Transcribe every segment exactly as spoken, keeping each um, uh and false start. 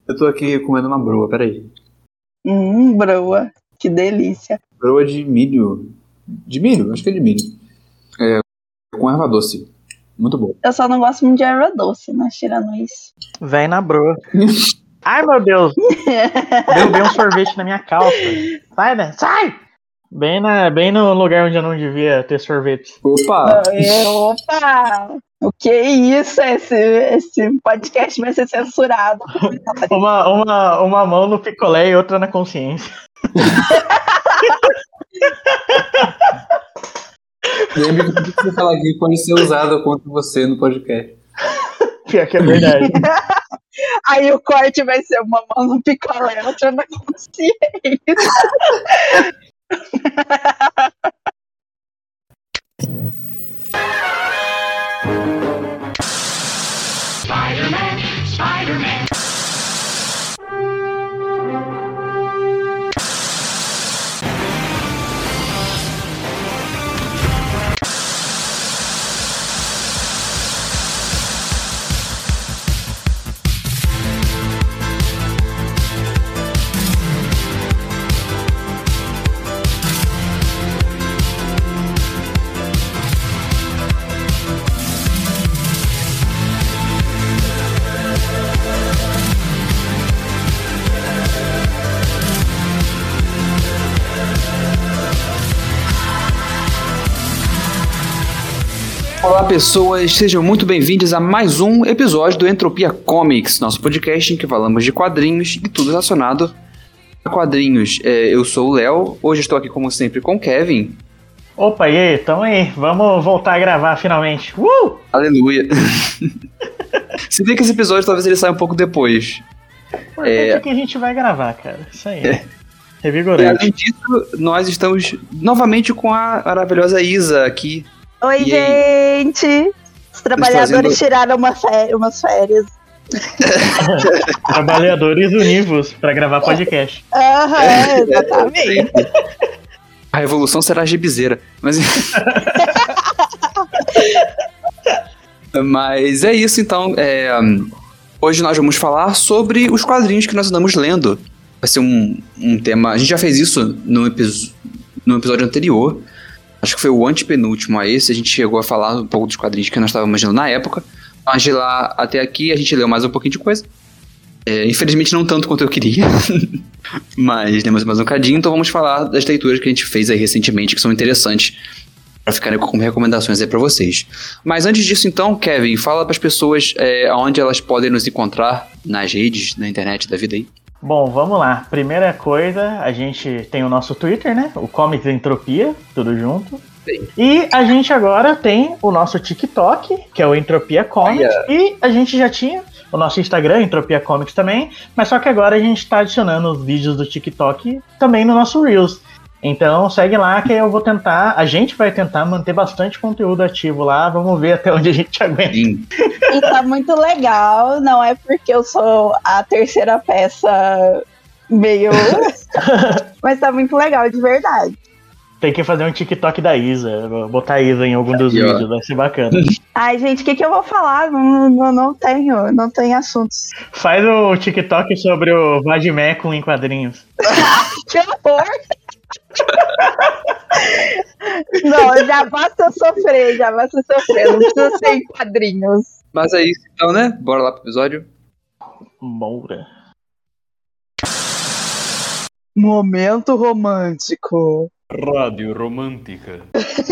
Eu tô aqui comendo uma broa, peraí. Hum, broa. Que delícia. Broa de milho. De milho? Acho que é de milho. É, com erva doce. Muito bom. Eu só não gosto muito de erva doce, mas tirando isso. Vem na broa. Ai, meu Deus. Derrubei um sorvete na minha calça. Sai, né? Sai! Bem, na, bem no lugar onde eu não devia ter sorvete. Opa! É, opa! O que é isso? Esse, esse podcast vai ser censurado. Uma, uma, uma mão no picolé e outra na consciência. Lembre que tudo que você falar aqui pode ser usado contra você no podcast. Pior que é verdade. Aí o corte vai ser uma mão no picolé, outra na consciência. Spider-Man, Spider-Man. Olá pessoas, sejam muito bem-vindos a mais um episódio do Entropia Comics, nosso podcast em que falamos de quadrinhos e tudo relacionado a quadrinhos. É, eu sou o Léo, hoje estou aqui como sempre com o Kevin. Opa, e aí, tamo aí, vamos voltar a gravar finalmente. Uh! Aleluia. Se bem que esse episódio talvez ele saia um pouco depois. Por é... que a gente vai gravar, cara? Isso aí. É. E Revigorante. além disso, nós estamos novamente com a maravilhosa Isa aqui. Oi, E gente! Os trabalhadores fazendo... tiraram uma fé- umas férias. Trabalhadores univos pra gravar podcast. Aham, uhum, exatamente. A revolução será gibizeira. Mas... Mas é isso, então. É... Hoje nós vamos falar sobre os quadrinhos que nós andamos lendo. Vai ser um, um tema... A gente já fez isso no, episo... no episódio anterior. Acho que foi o antepenúltimo a esse. A gente chegou a falar um pouco dos quadrinhos que nós estávamos lendo na época. Mas de lá até aqui a gente leu mais um pouquinho de coisa. É, infelizmente não tanto quanto eu queria. Mas lemos mais um cadinho. Então vamos falar das leituras que a gente fez aí recentemente, que são interessantes para ficarem como recomendações aí para vocês. Mas antes disso então, Kevin, fala para as pessoas é, onde elas podem nos encontrar nas redes, na internet da vida aí. Bom, vamos lá. Primeira coisa, a gente tem o nosso Twitter, né? O Comics Entropia, tudo junto. Sim. E a gente agora tem o nosso TikTok, que é o Entropia Comics. Oh, yeah. E a gente já tinha o nosso Instagram, Entropia Comics também. Mas só que agora a gente tá adicionando os vídeos do TikTok também no nosso Reels. Então segue lá que eu vou tentar, a gente vai tentar manter bastante conteúdo ativo lá, vamos ver até onde a gente aguenta. Sim. E tá muito legal, não é porque eu sou a terceira peça meio... Mas tá muito legal, de verdade. Tem que fazer um TikTok da Isa, botar a Isa em algum dos Aqui, vídeos, ó. Vai ser bacana. Ai, gente, o que, que eu vou falar? Não, não, não tenho, não tenho assuntos. Faz o TikTok sobre o Vadimeco em quadrinhos. Que horror! Não, já basta eu sofrer, já basta eu sofrer, não precisa ser em quadrinhos. Mas é isso então, né? Bora lá pro episódio. Bora. Momento romântico. Rádio Romântica.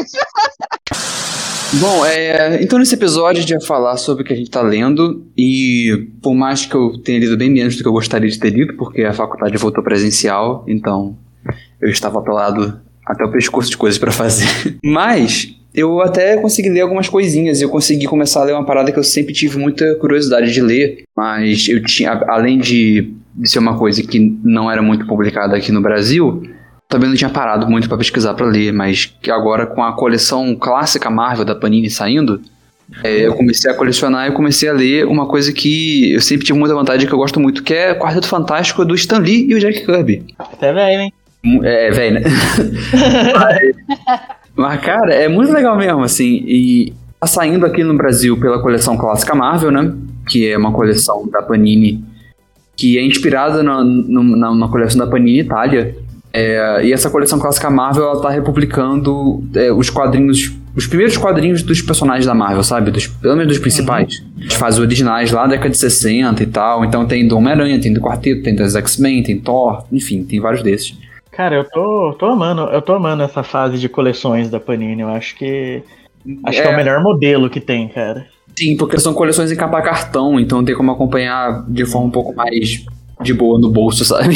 Bom, é, então nesse episódio a gente vai falar sobre o que a gente tá lendo. E por mais que eu tenha lido bem menos do que eu gostaria de ter lido, porque a faculdade voltou presencial, então eu estava atolado até o pescoço de coisas pra fazer. Mas eu até consegui ler algumas coisinhas. Eu consegui começar a ler uma parada que eu sempre tive muita curiosidade de ler. Mas eu tinha, além de, de ser uma coisa que não era muito publicada aqui no Brasil, também não tinha parado muito pra pesquisar pra ler. Mas que agora, com a coleção clássica Marvel da Panini saindo, é, eu comecei a colecionar e eu comecei a ler uma coisa que eu sempre tive muita vontade, que eu gosto muito, que é Quarteto Fantástico do Stan Lee e o Jack Kirby. Até velho, hein? É, velho, né? mas, mas, cara, é muito legal mesmo, assim. E tá saindo aqui no Brasil pela coleção Clássica Marvel, né? Que é uma coleção da Panini que é inspirada na, na, na coleção da Panini Itália. É, e essa coleção clássica Marvel, ela tá republicando é, os quadrinhos, os primeiros quadrinhos dos personagens da Marvel, sabe? Dos, pelo menos dos principais. Uhum. As fases originais lá da década de sessenta e tal. Então tem do Homem-Aranha, tem do Quarteto, tem dos X-Men, tem Thor, enfim, tem vários desses. Cara, eu tô, tô amando, eu tô amando essa fase de coleções da Panini. Eu acho que acho é, que é o melhor modelo que tem, cara. Sim, porque são coleções em capa cartão, então tem como acompanhar de forma um pouco mais de boa no bolso, sabe?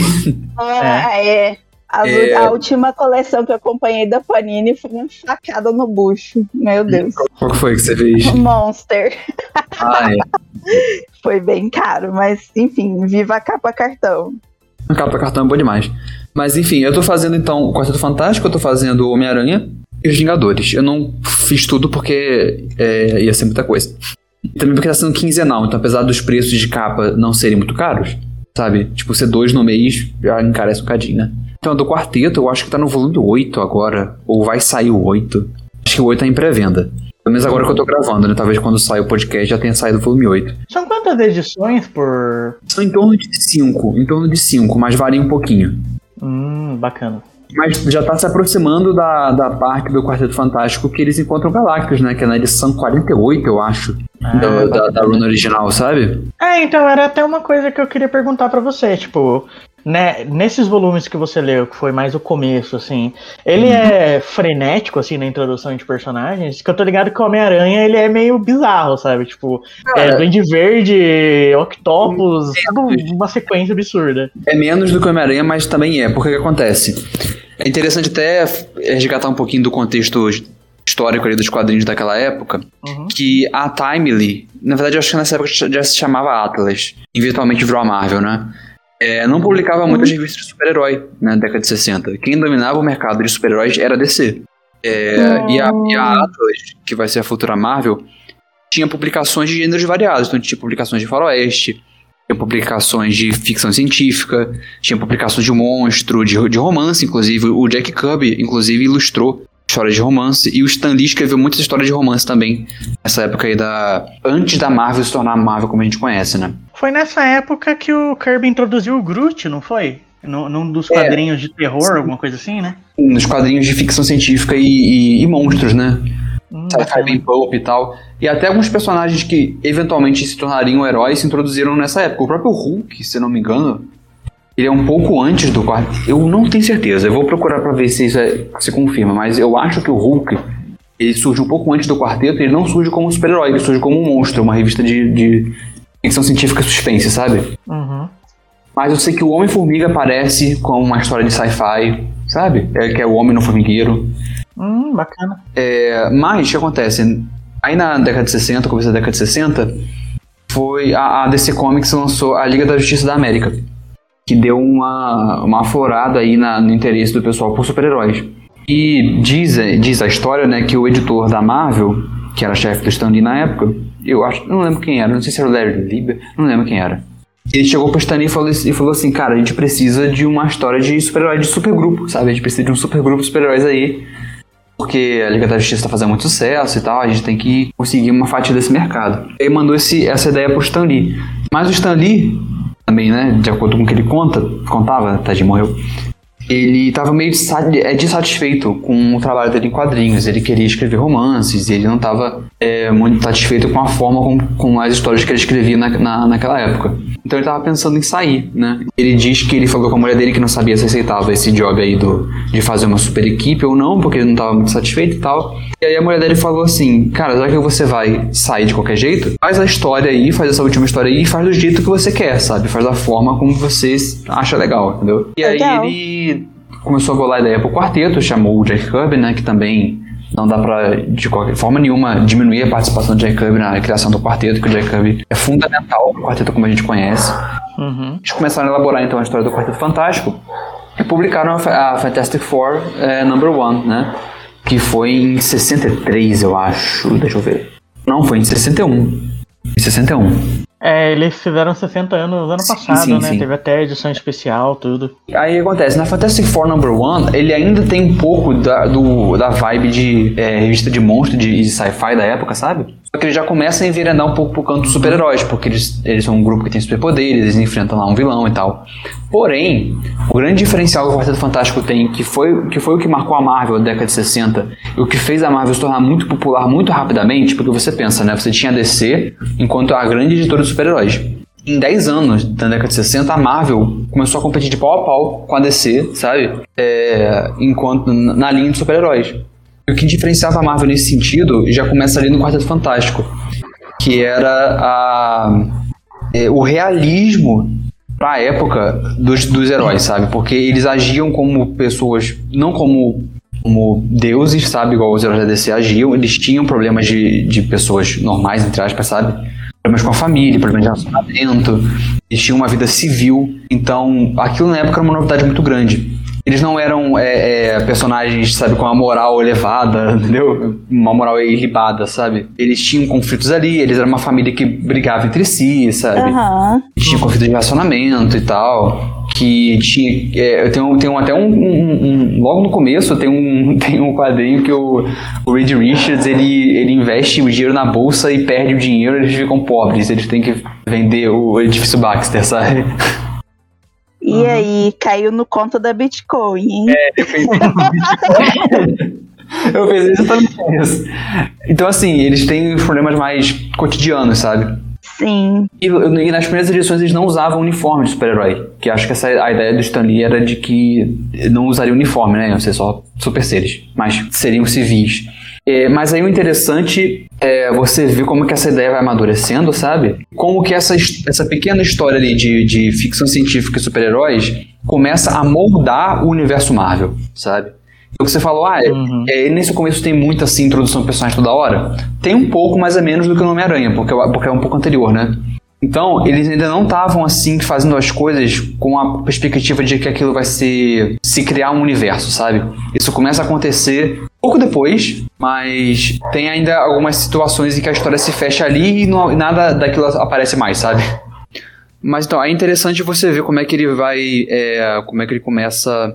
Ah, é. é. A, é... a última coleção que eu acompanhei da Panini foi uma facada no bucho. Meu Deus. Qual foi que você fez? Monster. Ah, é. Foi bem caro, mas enfim, viva a capa cartão. A capa cartão é boa demais. Mas enfim, eu tô fazendo então o Quarteto Fantástico, eu tô fazendo o Homem-Aranha e os Vingadores. Eu não fiz tudo porque é, ia ser muita coisa. Também porque tá sendo quinzenal, então apesar dos preços de capa não serem muito caros, sabe? Tipo, ser dois no mês já encarece um bocadinho, né? Então, do Quarteto, eu acho que tá no volume oito agora. Ou vai sair o oito. Acho que o oito tá em pré-venda. Pelo menos agora que eu tô gravando, né? Talvez quando sair o podcast já tenha saído o volume oito. São quantas edições por... São em torno de cinco. Em torno de cinco, mas varia um pouquinho. Hum, bacana. Mas já tá se aproximando da, da parte do Quarteto Fantástico que eles encontram Galactus, né? Que é na edição quarenta e oito, eu acho. Ah, da, da, da run original, sabe? É, então era até uma coisa que eu queria perguntar pra você. Tipo... Né, nesses volumes que você leu, que foi mais o começo, assim, ele uhum. é frenético, assim, na introdução de personagens, que eu tô ligado que o Homem-Aranha, ele é meio bizarro, sabe? Tipo, Cara, é Duende Verde, Octopus, tudo uma sequência absurda. É menos do que o Homem-Aranha, mas também é, porque o que acontece? É interessante até resgatar um pouquinho do contexto histórico ali dos quadrinhos daquela época, uhum. que a Timely, na verdade eu acho que nessa época já se chamava Atlas, eventualmente virou a Marvel, né? É, não publicava muitas revistas de super-herói na década de sessenta. Quem dominava o mercado de super-heróis era a D C. É, oh. e, a, e a Atlas, que vai ser a futura Marvel, tinha publicações de gêneros variados. Então tinha publicações de faroeste, tinha publicações de ficção científica, tinha publicações de monstro, de, de romance, inclusive. O Jack Kirby, inclusive, ilustrou histórias de romance. E o Stan Lee escreveu muitas histórias de romance também. Nessa época aí da... Antes da Marvel se tornar a Marvel como a gente conhece, né? Foi nessa época que o Kirby introduziu o Groot, não foi? Num, num dos quadrinhos é, de terror, sim. alguma coisa assim, né? Nos quadrinhos de ficção científica e, e, e monstros, né? Hum, Sci-Fi Pulp e tal. E até alguns personagens que eventualmente se tornariam heróis se introduziram nessa época. O próprio Hulk, se não me engano, ele é um pouco antes do quarto. Eu não tenho certeza, eu vou procurar pra ver se isso é, se confirma, mas eu acho que o Hulk, ele surge um pouco antes do quarteto e ele não surge como super-herói, ele surge como um monstro, uma revista de... de ficção científica suspense, sabe? Uhum. Mas eu sei que o Homem-Formiga aparece com uma história de sci-fi, sabe? É, que é o Homem no Formigueiro. Hum, bacana. É, mas o que acontece? Aí na década de sessenta, começo da década de sessenta, foi a, a D C Comics lançou a Liga da Justiça da América, que deu uma, uma aflorada aí na, no interesse do pessoal por super-heróis. E diz, diz a história, né, que o editor da Marvel, que era chefe do Stan Lee na época, eu acho, não lembro quem era, não sei se era o Larry Lieber, não lembro quem era. Ele chegou pro Stan Lee e falou, e falou assim, cara, a gente precisa de uma história de super-herói, de supergrupo, sabe? A gente precisa de um supergrupo de super-heróis aí, porque a Liga da Justiça tá fazendo muito sucesso e tal, a gente tem que conseguir uma fatia desse mercado. Ele mandou esse, essa ideia pro Stan Lee. Mas o Stan Lee, também, né, de acordo com o que ele conta, contava, tadinho, morreu, ele estava meio dissatisfeito com o trabalho dele em quadrinhos. Ele queria escrever romances e ele não estava é, muito satisfeito com a forma com, com as histórias que ele escrevia na, na, naquela época. Então ele estava pensando em sair, né? Ele diz que ele falou com a mulher dele que não sabia se aceitava esse job aí do, de fazer uma super equipe ou não, porque ele não estava muito satisfeito e tal. E aí a mulher dele falou assim, cara, já que você vai sair de qualquer jeito, faz a história aí, faz essa última história aí e faz do jeito que você quer, sabe? Faz da forma como você acha legal, entendeu? E aí legal. Ele começou a bolar a ideia pro quarteto, chamou o Jack Kirby, né, que também não dá pra, de qualquer forma nenhuma, diminuir a participação do Jack Kirby na criação do quarteto, que o Jack Kirby é fundamental pro quarteto como a gente conhece. Uhum. Eles começaram a elaborar, então, a história do Quarteto Fantástico e publicaram a Fantastic Four é, Number One, né, que foi em sessenta e três, eu acho, deixa eu ver. Não, foi em sessenta e um. Em sessenta e um. É, eles fizeram sessenta anos ano passado, sim, sim, né? Sim. Teve até edição especial, tudo. Aí acontece, na Fantastic Four Number One, ele ainda tem um pouco da, do, da vibe de é, revista de monstro de, de sci-fi da época, sabe? Só que eles já começam a enveredar um pouco pro canto dos super-heróis, porque eles, eles são um grupo que tem superpoderes, eles enfrentam lá um vilão e tal. Porém, o grande diferencial que o Quarteto Fantástico tem, que foi, que foi o que marcou a Marvel na década de sessenta, e o que fez a Marvel se tornar muito popular muito rapidamente, porque você pensa, né? Você tinha a D C enquanto a grande editora de super-heróis. Em dez anos, na década de sessenta, a Marvel começou a competir de pau a pau com a D C, sabe? É, enquanto, na linha de super-heróis. E o que diferenciava a Marvel nesse sentido já começa ali no Quarteto Fantástico, que era a, é, o realismo pra época dos, dos heróis, sabe? Porque eles agiam como pessoas, não como, como deuses, sabe? Igual os heróis da D C agiam. Eles tinham problemas de, de pessoas normais, entre aspas, sabe? Problemas com a família, problemas de relacionamento. Eles tinham uma vida civil. Então, aquilo na época era uma novidade muito grande. Eles não eram é, é, personagens, sabe, com uma moral elevada, entendeu? Uma moral ilibada, sabe? Eles tinham conflitos ali, eles eram uma família que brigava entre si, sabe? Uhum. Tinha conflito de relacionamento e tal. Que tinha... É, eu tenho, tenho até um, um, um... Logo no começo tem um, tem um quadrinho que o, o Reed Richards, ele, ele investe o dinheiro na bolsa e perde o dinheiro, eles ficam pobres. Eles têm que vender o edifício Baxter, sabe? E uhum. aí, caiu no conto da Bitcoin, hein? É, eu fiz eu fiz exatamente isso. Então, assim, eles têm problemas mais cotidianos, sabe? Sim. E, e nas primeiras edições eles não usavam uniforme de super-herói. Que acho que essa, a ideia do Stan Lee era de que não usaria uniforme, né? Iam ser só super seres, mas seriam civis. É, mas aí o interessante é você ver como que essa ideia vai amadurecendo, sabe? Como que essa, essa pequena história ali de, de ficção científica e super-heróis começa a moldar o universo Marvel, sabe? O que você falou, ah, uhum. é, nesse começo tem muita assim, introdução de personagens toda hora. Tem um pouco mais ou menos do que o Homem-Aranha, porque, porque é um pouco anterior, né? Então, eles ainda não estavam assim fazendo as coisas com a perspectiva de que aquilo vai ser se criar um universo, sabe? Isso começa a acontecer pouco depois, mas tem ainda algumas situações em que a história se fecha ali e, não, e nada daquilo aparece mais, sabe? Mas então, é interessante você ver como é que ele vai, é, como é que ele começa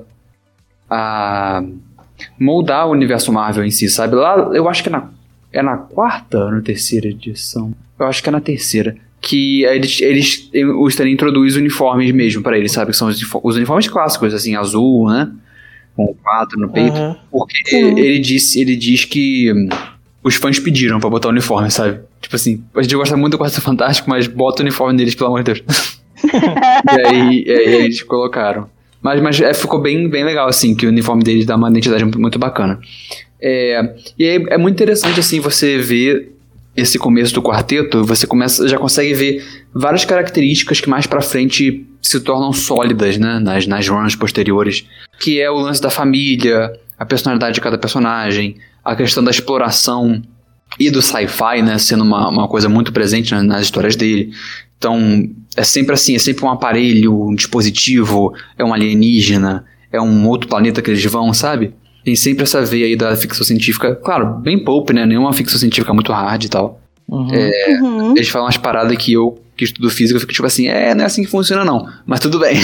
a moldar o universo Marvel em si, sabe? Lá, eu acho que é na, é na quarta ou na terceira edição? Eu acho que é na terceira. Que eles, eles o Stan Lee introduz uniformes mesmo pra eles, sabe? Que são os, os uniformes clássicos, assim, azul, né? Com quatro no peito. Uhum. Porque Sim. ele disse, ele diz que hum, os fãs pediram pra botar o uniforme, sabe? Tipo assim, a gente gosta muito do Quarteto Fantástico, mas bota o uniforme deles, pelo amor de Deus. e, aí, e aí eles colocaram. Mas, mas é, ficou bem, bem legal, assim, que o uniforme deles dá uma identidade muito bacana. É, e aí é muito interessante, assim, você ver esse começo do quarteto, você começa, já consegue ver várias características que mais pra frente se tornam sólidas, né, nas, nas runs posteriores, que é o lance da família, a personalidade de cada personagem, a questão da exploração e do sci-fi, né, sendo uma, uma coisa muito presente nas, nas histórias dele. Então, é sempre assim, é sempre um aparelho, um dispositivo, é um alienígena, é um outro planeta que eles vão, sabe? Tem sempre essa veia aí da ficção científica, claro, bem pulp, né? Nenhuma ficção científica muito hard e tal. Uhum. É, uhum. Eles falam umas paradas que eu, que estudo física, eu fico tipo assim, é, não é assim que funciona não, mas tudo bem.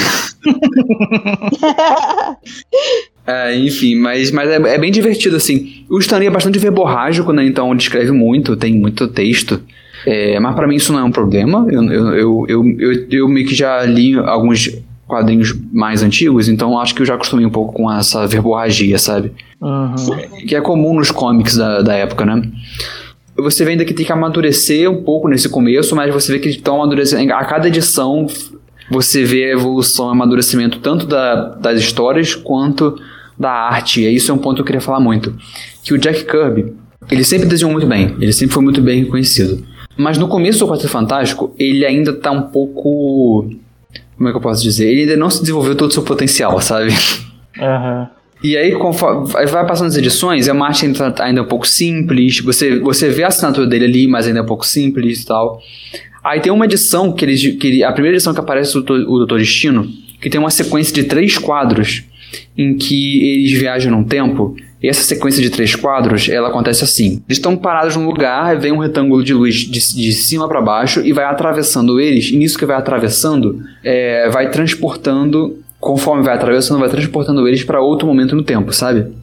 é, enfim, mas, mas é, é bem divertido, assim. O Stan Lee é bastante verborrágico, né? Então ele escreve muito, tem muito texto. É, mas pra mim isso não é um problema. Eu, eu, eu, eu, eu, eu meio que já li alguns quadrinhos mais antigos, então acho que eu já acostumei um pouco com essa verborragia, sabe? Uhum. Que é comum nos comics da, da época, né? Você vê ainda que tem que amadurecer um pouco nesse começo, mas você vê que estão amadurecendo. A cada edição você vê a evolução, o amadurecimento tanto da, das histórias quanto da arte. E isso é um ponto que eu queria falar muito. Que o Jack Kirby, ele sempre desenhou muito bem, ele sempre foi muito bem reconhecido. Mas no começo do Quarteto Fantástico, ele ainda tá um pouco... Como é que eu posso dizer? Ele ainda não se desenvolveu todo o seu potencial, sabe? Aham. Uhum. E aí, conforme vai passando as edições, a arte ainda, ainda é um pouco simples, você, você vê a assinatura dele ali, mas ainda é um pouco simples e tal. Aí tem uma edição, que ele, que ele, a primeira edição que aparece o, o Doutor Destino, que tem uma sequência de três quadros, em que eles viajam num tempo, e essa sequência de três quadros, ela acontece assim. Eles estão parados num lugar, vem um retângulo de luz de, de cima para baixo, e vai atravessando eles, e nisso que vai atravessando, é, vai transportando... Conforme vai atravessando, vai transportando eles para outro momento no tempo, sabe?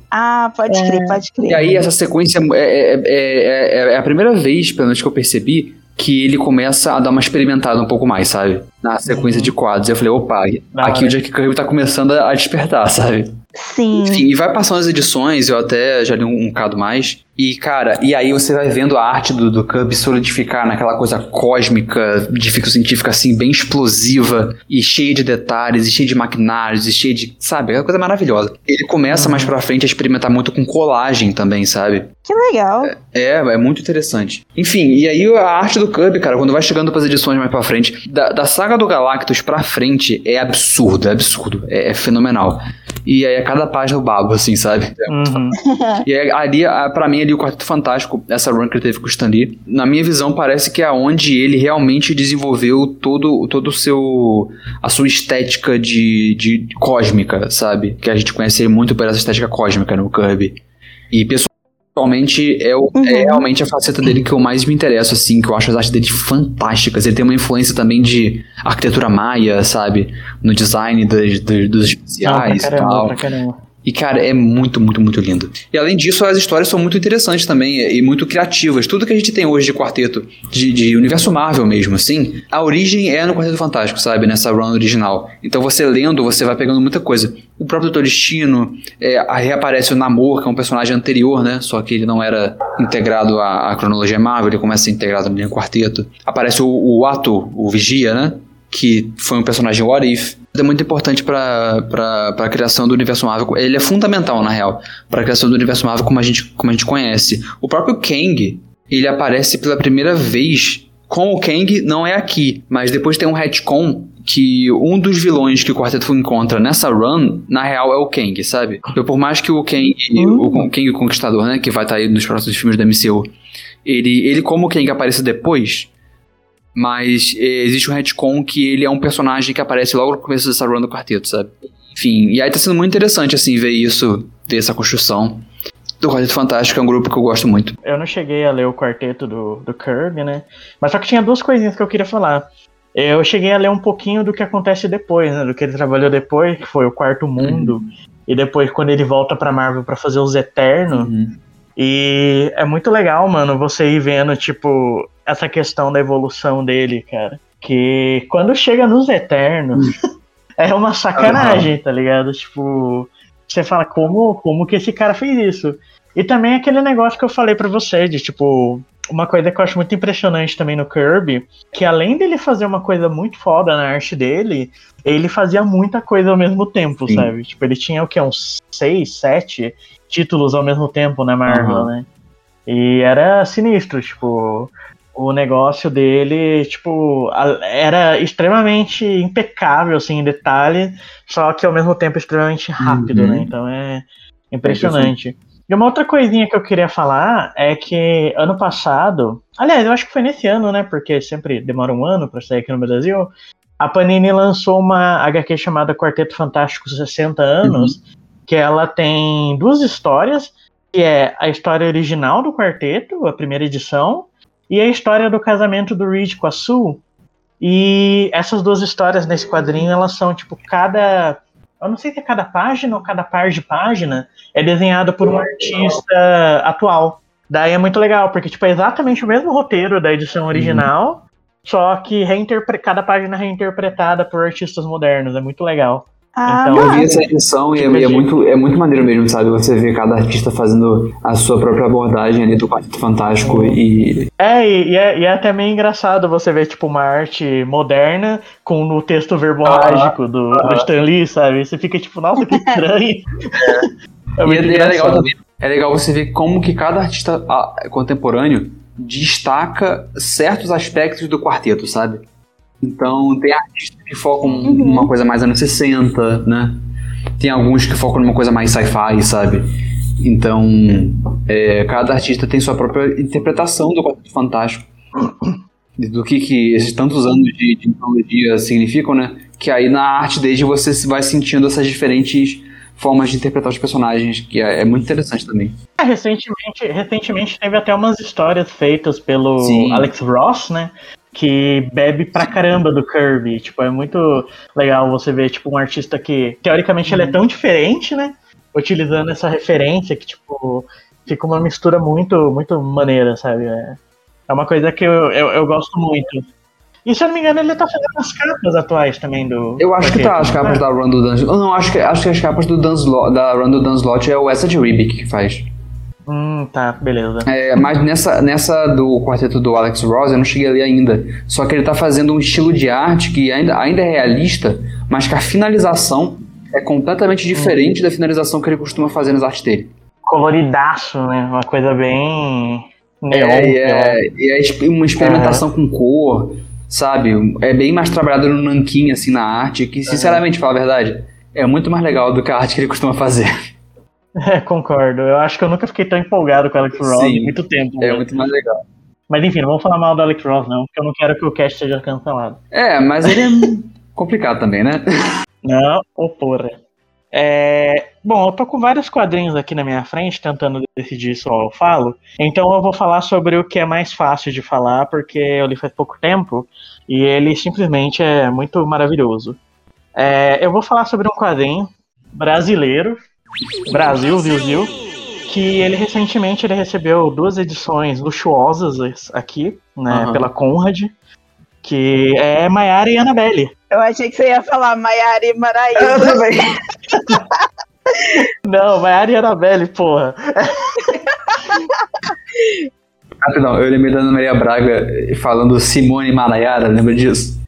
Ah, pode É. crer, pode crer. E aí essa sequência é, é, é, é, é a primeira vez, pelo menos que eu percebi, que ele começa a dar uma experimentada um pouco mais, sabe? Na sequência Uhum. de quadros. Eu falei, opa, Da aqui hora. o Jack Kirby tá começando a despertar, sabe? Sim. Enfim, e vai passando as edições, eu até já li um, um bocado mais. E, cara, e aí você vai vendo a arte do, do Kirby solidificar naquela coisa cósmica, de ficção científica, assim, bem explosiva, e cheia de detalhes, e cheia de maquinários, e cheia de, sabe, aquela coisa maravilhosa. Ele começa Uhum. mais pra frente a experimentar muito com colagem também, sabe? Que legal. É, é muito interessante. Enfim, e aí a arte do Kirby, cara, quando vai chegando pras edições mais pra frente, da, da saga do Galactus pra frente, é absurdo, é absurdo, é, é fenomenal. E aí a cada página eu babo, assim, sabe? Uhum. E aí, ali, a- pra mim, ali o Quarteto Fantástico, essa run que ele teve com o Stan Lee, na minha visão, parece que é onde ele realmente desenvolveu todo, todo o seu, a sua estética de, de cósmica, sabe? Que a gente conhece ele muito por essa estética cósmica no Kirby. E pessoalmente, é, o- Uhum. é realmente a faceta dele que eu mais me interesso, assim, que eu acho as artes dele fantásticas. Ele tem uma influência também de arquitetura maia, sabe? No design dos, dos, dos Não, pra especiais e caramba, tal. pra caramba. E, cara, é muito, muito, muito lindo. E, além disso, as histórias são muito interessantes também e muito criativas. Tudo que a gente tem hoje de quarteto, de, de universo Marvel mesmo, assim, a origem é no Quarteto Fantástico, sabe? Nessa run original. Então, você lendo, você vai pegando muita coisa. O próprio Doutor Destino, é, aí reaparece o Namor, que é um personagem anterior, né? Só que ele não era integrado à, à cronologia Marvel, ele começa a ser integrado no quarteto. Aparece o, o Ato, o Vigia, né? Que foi um personagem What If. É muito importante para para a criação do universo Marvel. Ele é fundamental, na real, para a criação do universo Marvel como a gente, como a gente conhece. O próprio Kang, ele aparece pela primeira vez com o Kang, não é aqui, mas depois tem um retcon que um dos vilões que o Quarteto encontra nessa run, na real, é o Kang, sabe? Então, por mais que o Kang, Uhum. o Kang o Conquistador, né, que vai estar aí nos próximos filmes da M C U, ele, ele como o Kang aparece depois, mas eh, existe um retcon que ele é um personagem que aparece logo no começo dessa run do quarteto, sabe? Enfim, e aí tá sendo muito interessante, assim, ver isso, ter essa construção. Do Quarteto Fantástico é um grupo que eu gosto muito. Eu não cheguei a ler o quarteto do, do Kirby, né? Mas só que tinha duas coisinhas que eu queria falar. Eu cheguei a ler um pouquinho do que acontece depois, né? Do que ele trabalhou depois, que foi o Quarto Mundo. Uhum. E depois quando ele volta pra Marvel pra fazer os Eternos. Uhum. E é muito legal, mano, você ir vendo, tipo, essa questão da evolução dele, cara. Que quando chega nos Eternos, é uma sacanagem, tá ligado? Tipo, você fala, como, como que esse cara fez isso? E também aquele negócio que eu falei pra você, de tipo, uma coisa que eu acho muito impressionante também no Kirby, que além dele fazer uma coisa muito foda na arte dele, ele fazia muita coisa ao mesmo tempo, Sim. sabe? Tipo, ele tinha o que, uns seis, sete títulos ao mesmo tempo na Marvel, Uhum. né? E era sinistro, tipo, o negócio dele, tipo, a- era extremamente impecável, assim, em detalhe, só que ao mesmo tempo extremamente rápido, Uhum. né? Então é impressionante. E uma outra coisinha que eu queria falar é que ano passado, aliás, eu acho que foi nesse ano, né? Porque sempre demora um ano pra sair aqui no Brasil. A Panini lançou uma H Q chamada Quarteto Fantástico sessenta anos, que ela tem duas histórias, que é a história original do quarteto, a primeira edição, e a história do casamento do Reed com a Sue. E essas duas histórias nesse quadrinho, elas são, tipo, cada... Eu não sei se é cada página ou cada par de página é desenhado por um artista atual. Daí é muito legal, porque, tipo, é exatamente o mesmo roteiro da edição original, só que reinterpre... cada página é reinterpretada por artistas modernos. É muito legal. Ah, Então, Eu massa. vi essa edição e, é, e é muito, é muito maneiro mesmo, sabe? Você vê cada artista fazendo a sua própria abordagem ali do Quarteto Fantástico e... É, e, e é, e é até meio engraçado você ver, tipo, uma arte moderna com o texto verborrágico do, do Stan Lee, sabe? Você fica tipo, nossa, que estranho. É e muito é, é engraçado. legal também. É legal você ver como que cada artista ah, contemporâneo destaca certos aspectos do quarteto, sabe? Então, tem artistas que focam Uhum. numa coisa mais anos sessenta, né? Tem alguns que focam numa coisa mais sci-fi, sabe? Então, é, cada artista tem sua própria interpretação do Quarteto Fantástico. Do que, que esses tantos anos de, de mitologia significam, né? Que aí na arte desde você se vai sentindo essas diferentes formas de interpretar os personagens, que é, é muito interessante também. É, recentemente, recentemente teve até umas histórias feitas pelo Sim. Alex Ross, né? Que bebe pra caramba do Kirby. Tipo, é muito legal você ver, tipo, um artista que, teoricamente, ele é tão diferente, né? utilizando essa referência que, tipo, fica uma mistura muito, muito maneira, sabe? É, é uma coisa que eu, eu, eu gosto muito. E se eu não me engano, ele tá fazendo as capas atuais também do... Eu acho que tá, as capas ah. da run do Dan Slott. Não, acho que, acho que as capas do Dan Slott, da run do Dan Slott é o Essa de Ribic que faz. Hum, tá, beleza. É, mas nessa, nessa do quarteto do Alex Ross eu não cheguei ali ainda. Só que ele tá fazendo um estilo de arte que ainda, ainda é realista, mas que a finalização é completamente diferente hum. da finalização que ele costuma fazer nas artes dele. Coloridaço, né? Uma coisa bem... neon. É, e é, e é uma experimentação uhum. com cor, sabe? É bem mais trabalhado no nanquim, assim, na arte, que, sinceramente, uhum. falar a verdade, é muito mais legal do que a arte que ele costuma fazer. É, concordo. Eu acho que eu nunca fiquei tão empolgado com o Alex Ross em muito tempo. É né? muito mais legal. Mas enfim, não vamos falar mal do Alex Ross, não, porque eu não quero que o cast seja cancelado. É, mas ele é complicado também, né? Não, ô porra. É... Bom, eu tô com vários quadrinhos aqui na minha frente, tentando decidir se eu falo. Então eu vou falar sobre o que é mais fácil de falar, porque eu li faz pouco tempo, e ele simplesmente é muito maravilhoso. É... Eu vou falar sobre um quadrinho brasileiro, Brasil, viu, que ele recentemente ele recebeu duas edições luxuosas aqui, né, uhum. pela Conrad, que é Maiara e Annabelle. Eu achei que você ia falar Maiara e Maraísa. Eu também. Não, Maiara e Annabelle, porra. Rapidão, eu lembrei da Ana Maria Braga falando Simone e Maraiara, lembra disso?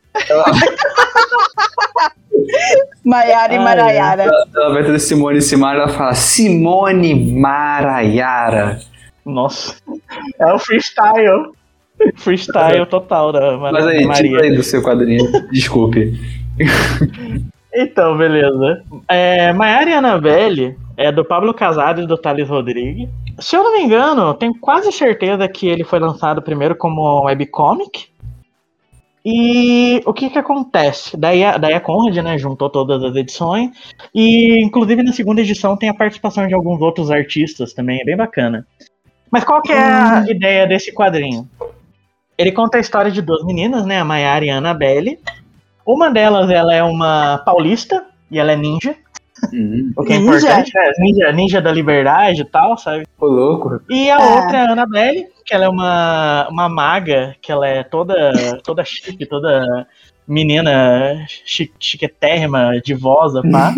Maiara e Maraiara. Ela, ela vai ter Simone e Simara, ela fala Simone Maraiara. Nossa, é o freestyle. Freestyle total da Maria. Mas aí, tira aí do seu quadrinho, desculpe. Então, beleza. É, Maiara e Annabelle é do Pablo Casado e do Thales Rodrigues. Se eu não me engano, tenho quase certeza que ele foi lançado primeiro como webcomic. E o que que acontece? Daí a, daí a Conrad, né, juntou todas as edições. E, inclusive, na segunda edição tem a participação de alguns outros artistas também, é bem bacana. Mas qual que é a hum. ideia desse quadrinho? Ele conta a história de duas meninas, né, a Maiara e a Annabelle. Uma delas, ela é uma paulista, e ela é ninja. Hum. O que é ninja. Importante, é ninja, ninja da liberdade e tal, sabe? Ô, louco. E a é. outra é a Annabelle, que ela é uma, uma maga, que ela é toda, toda chique, toda menina chi, chiquetérrima, divosa, pá.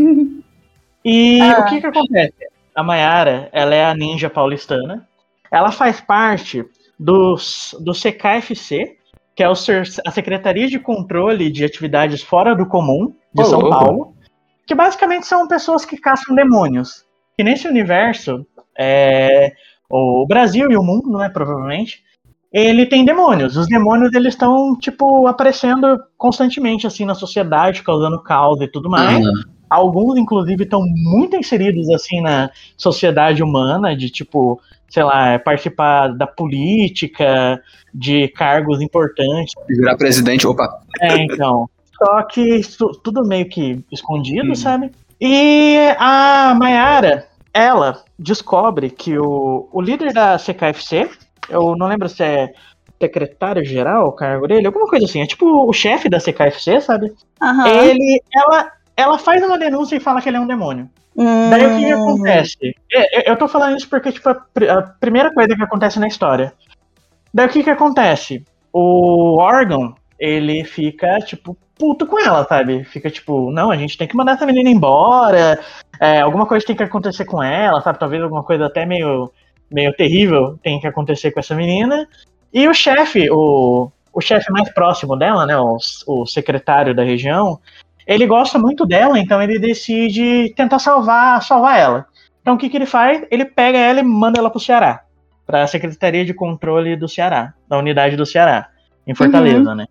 E ah. o que que acontece? A Maiara, ela é a ninja paulistana. Ela faz parte do, do C K F C, que é o, a Secretaria de Controle de Atividades Fora do Comum de oh, São oh, Paulo, que basicamente são pessoas que caçam demônios. E nesse universo, é, o Brasil e o mundo, né, provavelmente, ele tem demônios. Os demônios, eles estão, tipo, aparecendo constantemente, assim, na sociedade, causando caos e tudo mais. Uhum. Alguns, inclusive, estão muito inseridos, assim, na sociedade humana, de, tipo, sei lá, participar da política, de cargos importantes. Virar presidente, opa. É, então. Só que isso, tudo meio que escondido, hum. sabe? E a Maiara, ela descobre que o, o líder da C K F C, eu não lembro se é secretário-geral, o cargo dele, alguma coisa assim, é tipo o chefe da C K F C, sabe? Uhum. Ele, ela, ela faz uma denúncia e fala que ele é um demônio. Hum. Daí o que, que acontece? Eu, eu tô falando isso porque, tipo, a, a primeira coisa que acontece na história. Daí o que que acontece? O órgão, ele fica, tipo, puto com ela, sabe? Fica tipo, não, a gente tem que mandar essa menina embora, é, alguma coisa tem que acontecer com ela, sabe? Talvez alguma coisa até meio, meio terrível tem que acontecer com essa menina. E o chefe, o, o chefe mais próximo dela, né, o, o secretário da região, ele gosta muito dela, então ele decide tentar salvar, salvar ela. Então o que que ele faz? Ele pega ela e manda ela pro Ceará, pra Secretaria de Controle do Ceará, da unidade do Ceará, em Fortaleza, uhum. né?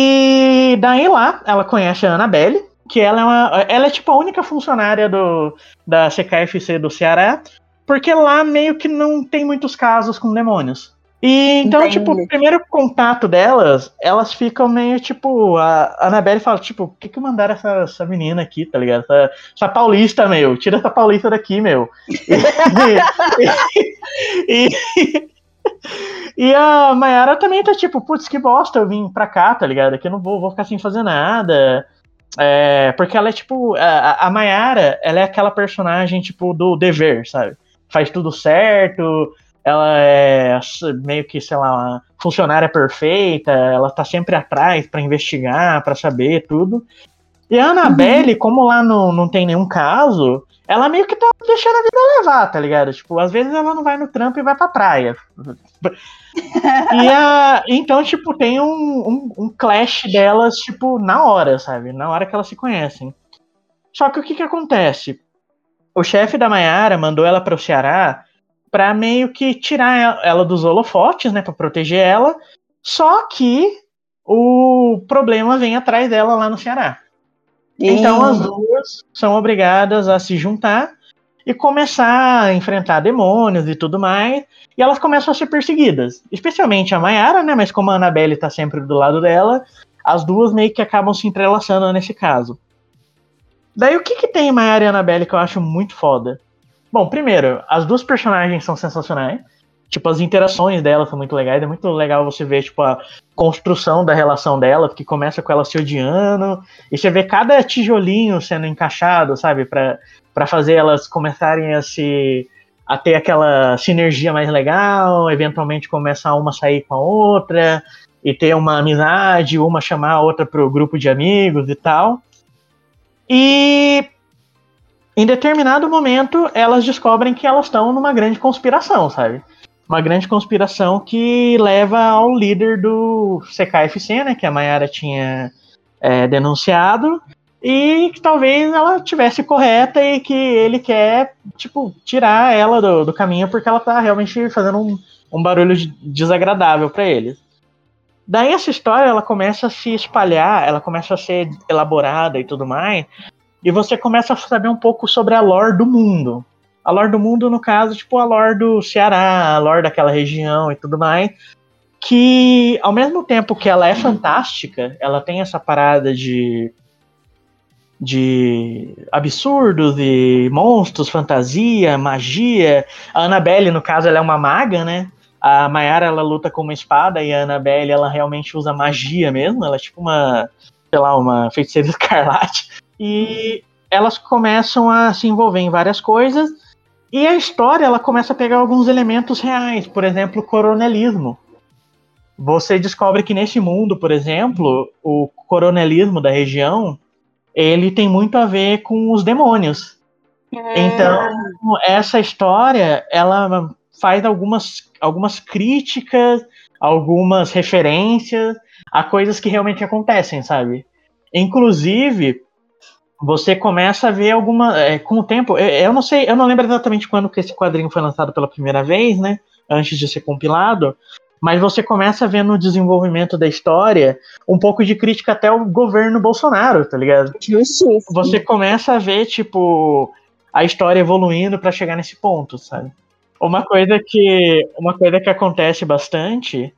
E daí lá, ela conhece a Annabelle, que ela é, uma, ela é tipo a única funcionária do, da C K F C do Ceará, porque lá meio que não tem muitos casos com demônios. E então, Entendi. tipo, o primeiro contato delas, elas ficam meio, tipo, a Annabelle fala, tipo, por que que mandaram essa, essa menina aqui, tá ligado? Essa, essa paulista, meu, tira essa paulista daqui, meu. e, e, e a Maiara também tá tipo, putz, que bosta, eu vim pra cá, tá ligado? Aqui eu não vou, vou ficar sem fazer nada. É, porque ela é tipo. A, a Mayara, ela é aquela personagem tipo do dever, sabe? Faz tudo certo, ela é meio que, sei lá, uma funcionária perfeita, ela tá sempre atrás pra investigar, pra saber tudo. E a Annabelle, uhum. como lá não, não tem nenhum caso, ela meio que tá deixando a vida levar, tá ligado? Tipo, às vezes ela não vai no trampo e vai pra praia. E a, então, tipo, tem um, um, um clash delas, tipo, na hora, sabe? Na hora que elas se conhecem. Só que o que que acontece? O chefe da Mayara mandou ela para o Ceará pra meio que tirar ela dos holofotes, né? Pra proteger ela. Só que o problema vem atrás dela lá no Ceará. E... Então as duas são obrigadas a se juntar e começar a enfrentar demônios e tudo mais. E elas começam a ser perseguidas. Especialmente a Mayara, né? Mas como a Annabelle tá sempre do lado dela, as duas meio que acabam se entrelaçando nesse caso. Daí o que que tem em Mayara e Annabelle que eu acho muito foda? Bom, primeiro, as duas personagens são sensacionais. Tipo, as interações delas são muito legais. É muito legal você ver, tipo, a construção da relação delas, que começa com elas se odiando. E você vê cada tijolinho sendo encaixado, sabe? Pra, pra fazer elas começarem a se... a ter aquela sinergia mais legal. Eventualmente começa uma a sair com a outra. E ter uma amizade, uma chamar a outra pro grupo de amigos e tal. E... em determinado momento, elas descobrem que elas estão numa grande conspiração, sabe? Uma grande conspiração que leva ao líder do C K F C, né? Que a Mayara tinha é, denunciado. E que talvez ela tivesse correta e que ele quer, tipo, tirar ela do, do caminho porque ela tá realmente fazendo um, um barulho desagradável para eles. Daí essa história, ela começa a se espalhar, ela começa a ser elaborada e tudo mais. E você começa a saber um pouco sobre a lore do mundo. A lore do mundo, no caso, tipo a lore do Ceará, a lore daquela região e tudo mais. Que, ao mesmo tempo que ela é fantástica, ela tem essa parada de, de absurdos e monstros, fantasia, magia. A Annabelle, no caso, ela é uma maga, né? A Mayara, ela luta com uma espada e a Annabelle, ela realmente usa magia mesmo. Ela é tipo uma, sei lá, uma feiticeira escarlate. E elas começam a se envolver em várias coisas. E a história, ela começa a pegar alguns elementos reais. Por exemplo, o coronelismo. Você descobre que nesse mundo, por exemplo, o coronelismo da região, ele tem muito a ver com os demônios. É. Então, essa história, ela faz algumas, algumas críticas, algumas referências a coisas que realmente acontecem, sabe? Inclusive... você começa a ver alguma... É, com o tempo... Eu, eu não sei... Eu não lembro exatamente quando que esse quadrinho foi lançado pela primeira vez, né? Antes de ser compilado. Mas você começa a ver no desenvolvimento da história um pouco de crítica até ao governo Bolsonaro, tá ligado? Justiça. Você começa a ver, tipo... a história evoluindo pra chegar nesse ponto, sabe? Uma coisa que... Uma coisa que acontece bastante...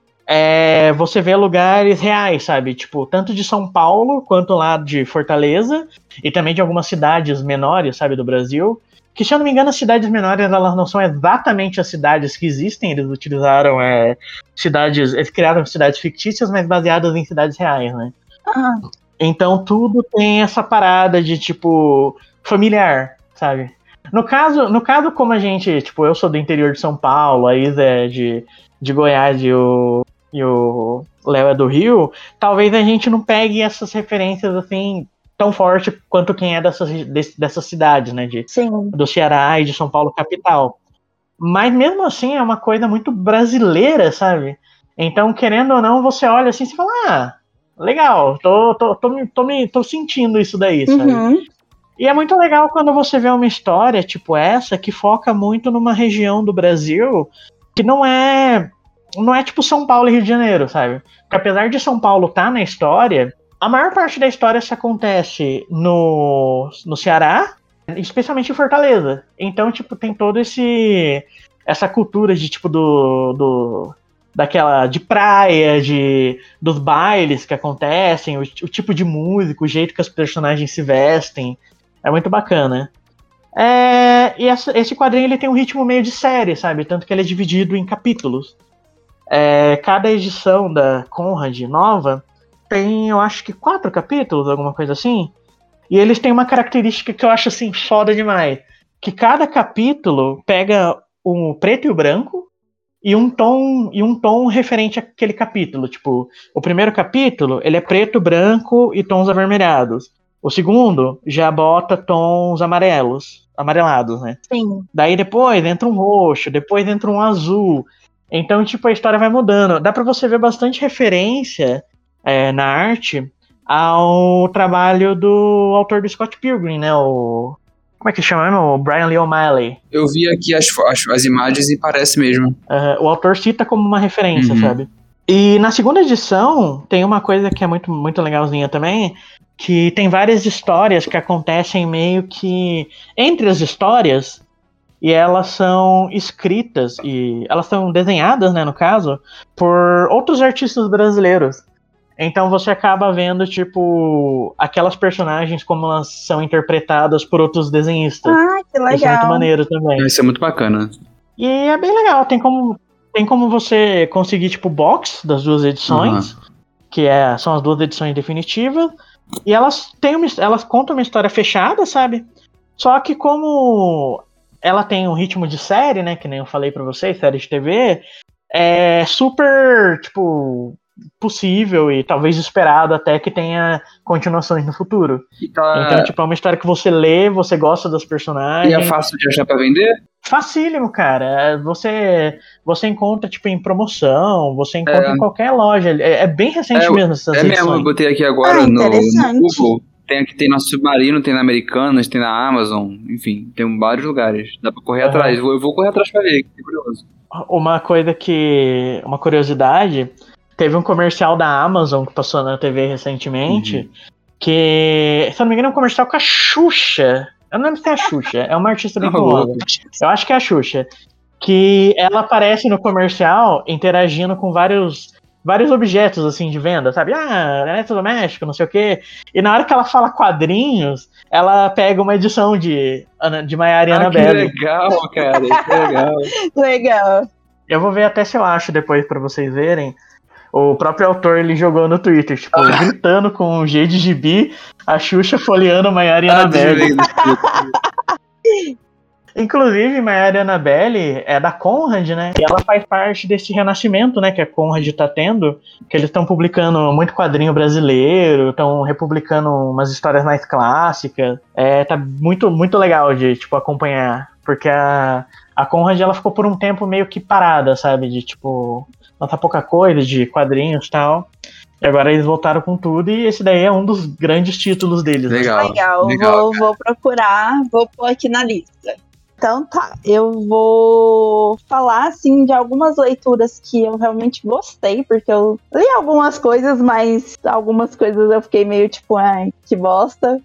É, você vê lugares reais, sabe? Tipo, tanto de São Paulo quanto lá de Fortaleza e também de algumas cidades menores, sabe, do Brasil. Que, se eu não me engano, as cidades menores, elas não são exatamente as cidades que existem. Eles utilizaram é, cidades... Eles criaram cidades fictícias, mas baseadas em cidades reais, né? Ah. Então, tudo tem essa parada de, tipo, familiar, sabe? No caso, no caso, como a gente... Tipo, eu sou do interior de São Paulo, a Isa é de, de Goiás e o... e o Léo é do Rio, talvez a gente não pegue essas referências assim tão forte quanto quem é dessas, dessas cidades, né? De, do Ceará e de São Paulo capital. Mas mesmo assim é uma coisa muito brasileira, sabe? Então, querendo ou não, você olha assim e fala, ah, legal, tô, tô, tô, tô, tô, me, tô sentindo isso daí, sabe? Uhum. E é muito legal quando você vê uma história tipo essa, que foca muito numa região do Brasil que não é... não é tipo São Paulo e Rio de Janeiro, sabe? Porque apesar de São Paulo estar tá na história, a maior parte da história se acontece no, no Ceará, especialmente em Fortaleza. Então, tipo, tem todo esse... essa cultura de, tipo, do... do daquela... de praia, de, dos bailes que acontecem, o, o tipo de música, o jeito que os personagens se vestem. É muito bacana. É, e essa, esse quadrinho, ele tem um ritmo meio de série, sabe? Tanto que ele é dividido em capítulos. É, cada edição da Conrad nova, tem, eu acho que quatro capítulos, alguma coisa assim. E eles têm uma característica que eu acho assim foda demais, que cada capítulo pega o preto e o branco e um tom e um tom referente àquele capítulo. Tipo, o primeiro capítulo, ele é preto, branco e tons avermelhados. O segundo já bota tons amarelos, amarelados, né? Sim. Daí depois entra um roxo, depois entra um azul. Então, tipo, a história vai mudando. Dá pra você ver bastante referência é, na arte ao trabalho do autor do Scott Pilgrim, né? O... Como é que chama mesmo? O Brian Lee O'Malley. Eu vi aqui as, as, as imagens e parece mesmo. Uh, o autor cita como uma referência, Uhum. sabe? E na segunda edição, tem uma coisa que é muito, muito legalzinha também, que tem várias histórias que acontecem meio que entre as histórias, e elas são escritas, e elas são desenhadas, né, no caso, por outros artistas brasileiros. Então você acaba vendo, tipo, aquelas personagens como elas são interpretadas por outros desenhistas. Ah, que legal. Isso é muito maneiro também. Isso é muito bacana. E é bem legal, tem como, tem como você conseguir, tipo, box das duas edições, uhum. que é, são as duas edições definitivas, e elas, têm uma, elas contam uma história fechada, sabe? Só que como ela tem um ritmo de série, né, que nem eu falei pra vocês, série de T V, é super, tipo... possível e talvez esperado até que tenha continuações no futuro. Tá... Então, tipo, é uma história que você lê, você gosta das personagens. E é fácil de achar pra vender? Facílimo, cara. Você, você encontra, tipo, em promoção, você encontra é... em qualquer loja. É, é bem recente é, mesmo essas É edições. mesmo, eu botei aqui agora ah, no, no Google. Tem aqui, tem na Submarino, tem na Americanas, tem na Amazon, enfim, tem vários lugares. Dá pra correr uhum. atrás. Eu vou, eu vou correr atrás pra ver, que curioso. Uma coisa que... Uma curiosidade... Teve um comercial da Amazon que passou na T V recentemente, uhum. que, se eu não me engano, é um comercial com a Xuxa. Eu não lembro se é a Xuxa, é uma artista bem famosa. Eu acho que é a Xuxa. Que ela aparece no comercial interagindo com vários, vários objetos, assim, de venda, sabe? Ah, eletrodoméstico, não sei o quê. E na hora que ela fala quadrinhos, ela pega uma edição de, de Maiara e ah, Annabelle. Que legal, cara, que legal. Legal. Eu vou ver até se eu acho depois pra vocês verem. O próprio autor, ele jogou no Twitter, tipo, ah. gritando com o G de gibi, a Xuxa folheando Maiara e ah, Annabelle. Inclusive, Maiara e Annabelle é da Conrad, né? E ela faz parte desse renascimento, né, que a Conrad tá tendo, que eles estão publicando muito quadrinho brasileiro, estão republicando umas histórias mais clássicas. É, tá muito, muito legal de, tipo, acompanhar, porque a, a Conrad, ela ficou por um tempo meio que parada, sabe, de, tipo... Nota pouca coisa de quadrinhos e tal. E agora eles voltaram com tudo e esse daí é um dos grandes títulos deles. Legal. Né? Legal, Legal vou, vou procurar, vou pôr aqui na lista. Então tá, eu vou falar assim de algumas leituras que eu realmente gostei, porque eu li algumas coisas, mas algumas coisas eu fiquei meio tipo, ai, que bosta.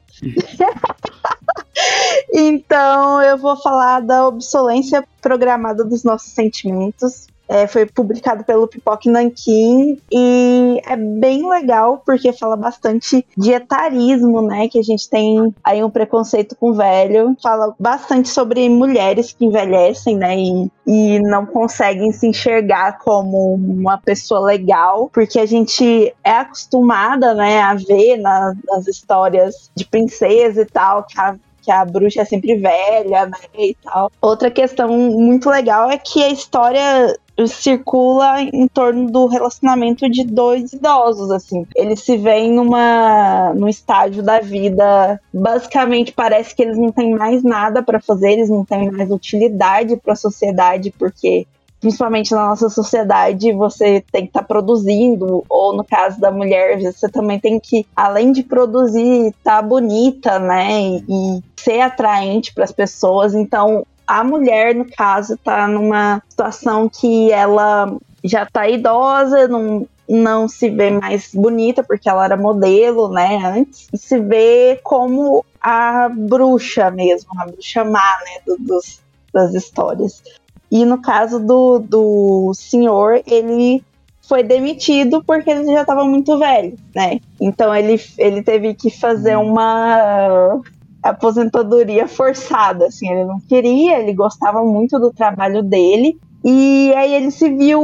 Então eu vou falar da obsolência programada dos nossos sentimentos. É, foi publicado pelo Pipoca Nanquim e é bem legal porque fala bastante de etarismo, né, que a gente tem aí um preconceito com o velho, fala bastante sobre mulheres que envelhecem, né, e, e não conseguem se enxergar como uma pessoa legal, porque a gente é acostumada, né, a ver na, nas histórias de princesa e tal, que a que a bruxa é sempre velha, né, e tal. Outra questão muito legal é que a história circula em torno do relacionamento de dois idosos, assim. Eles se veem numa, num estágio da vida, basicamente parece que eles não têm mais nada para fazer, eles não têm mais utilidade para a sociedade, porque principalmente na nossa sociedade, você tem que estar tá produzindo, ou no caso da mulher, você também tem que, além de produzir, estar tá bonita, né, e, e ser atraente para as pessoas. Então, a mulher, no caso, tá numa situação que ela já tá idosa, não, não se vê mais bonita, porque ela era modelo, né, antes, e se vê como a bruxa mesmo, a bruxa má, né, do, dos, das histórias. E no caso do, do senhor, ele foi demitido porque ele já estava muito velho, né? Então ele, ele teve que fazer uma aposentadoria forçada, assim. Ele não queria, ele gostava muito do trabalho dele. E aí ele se viu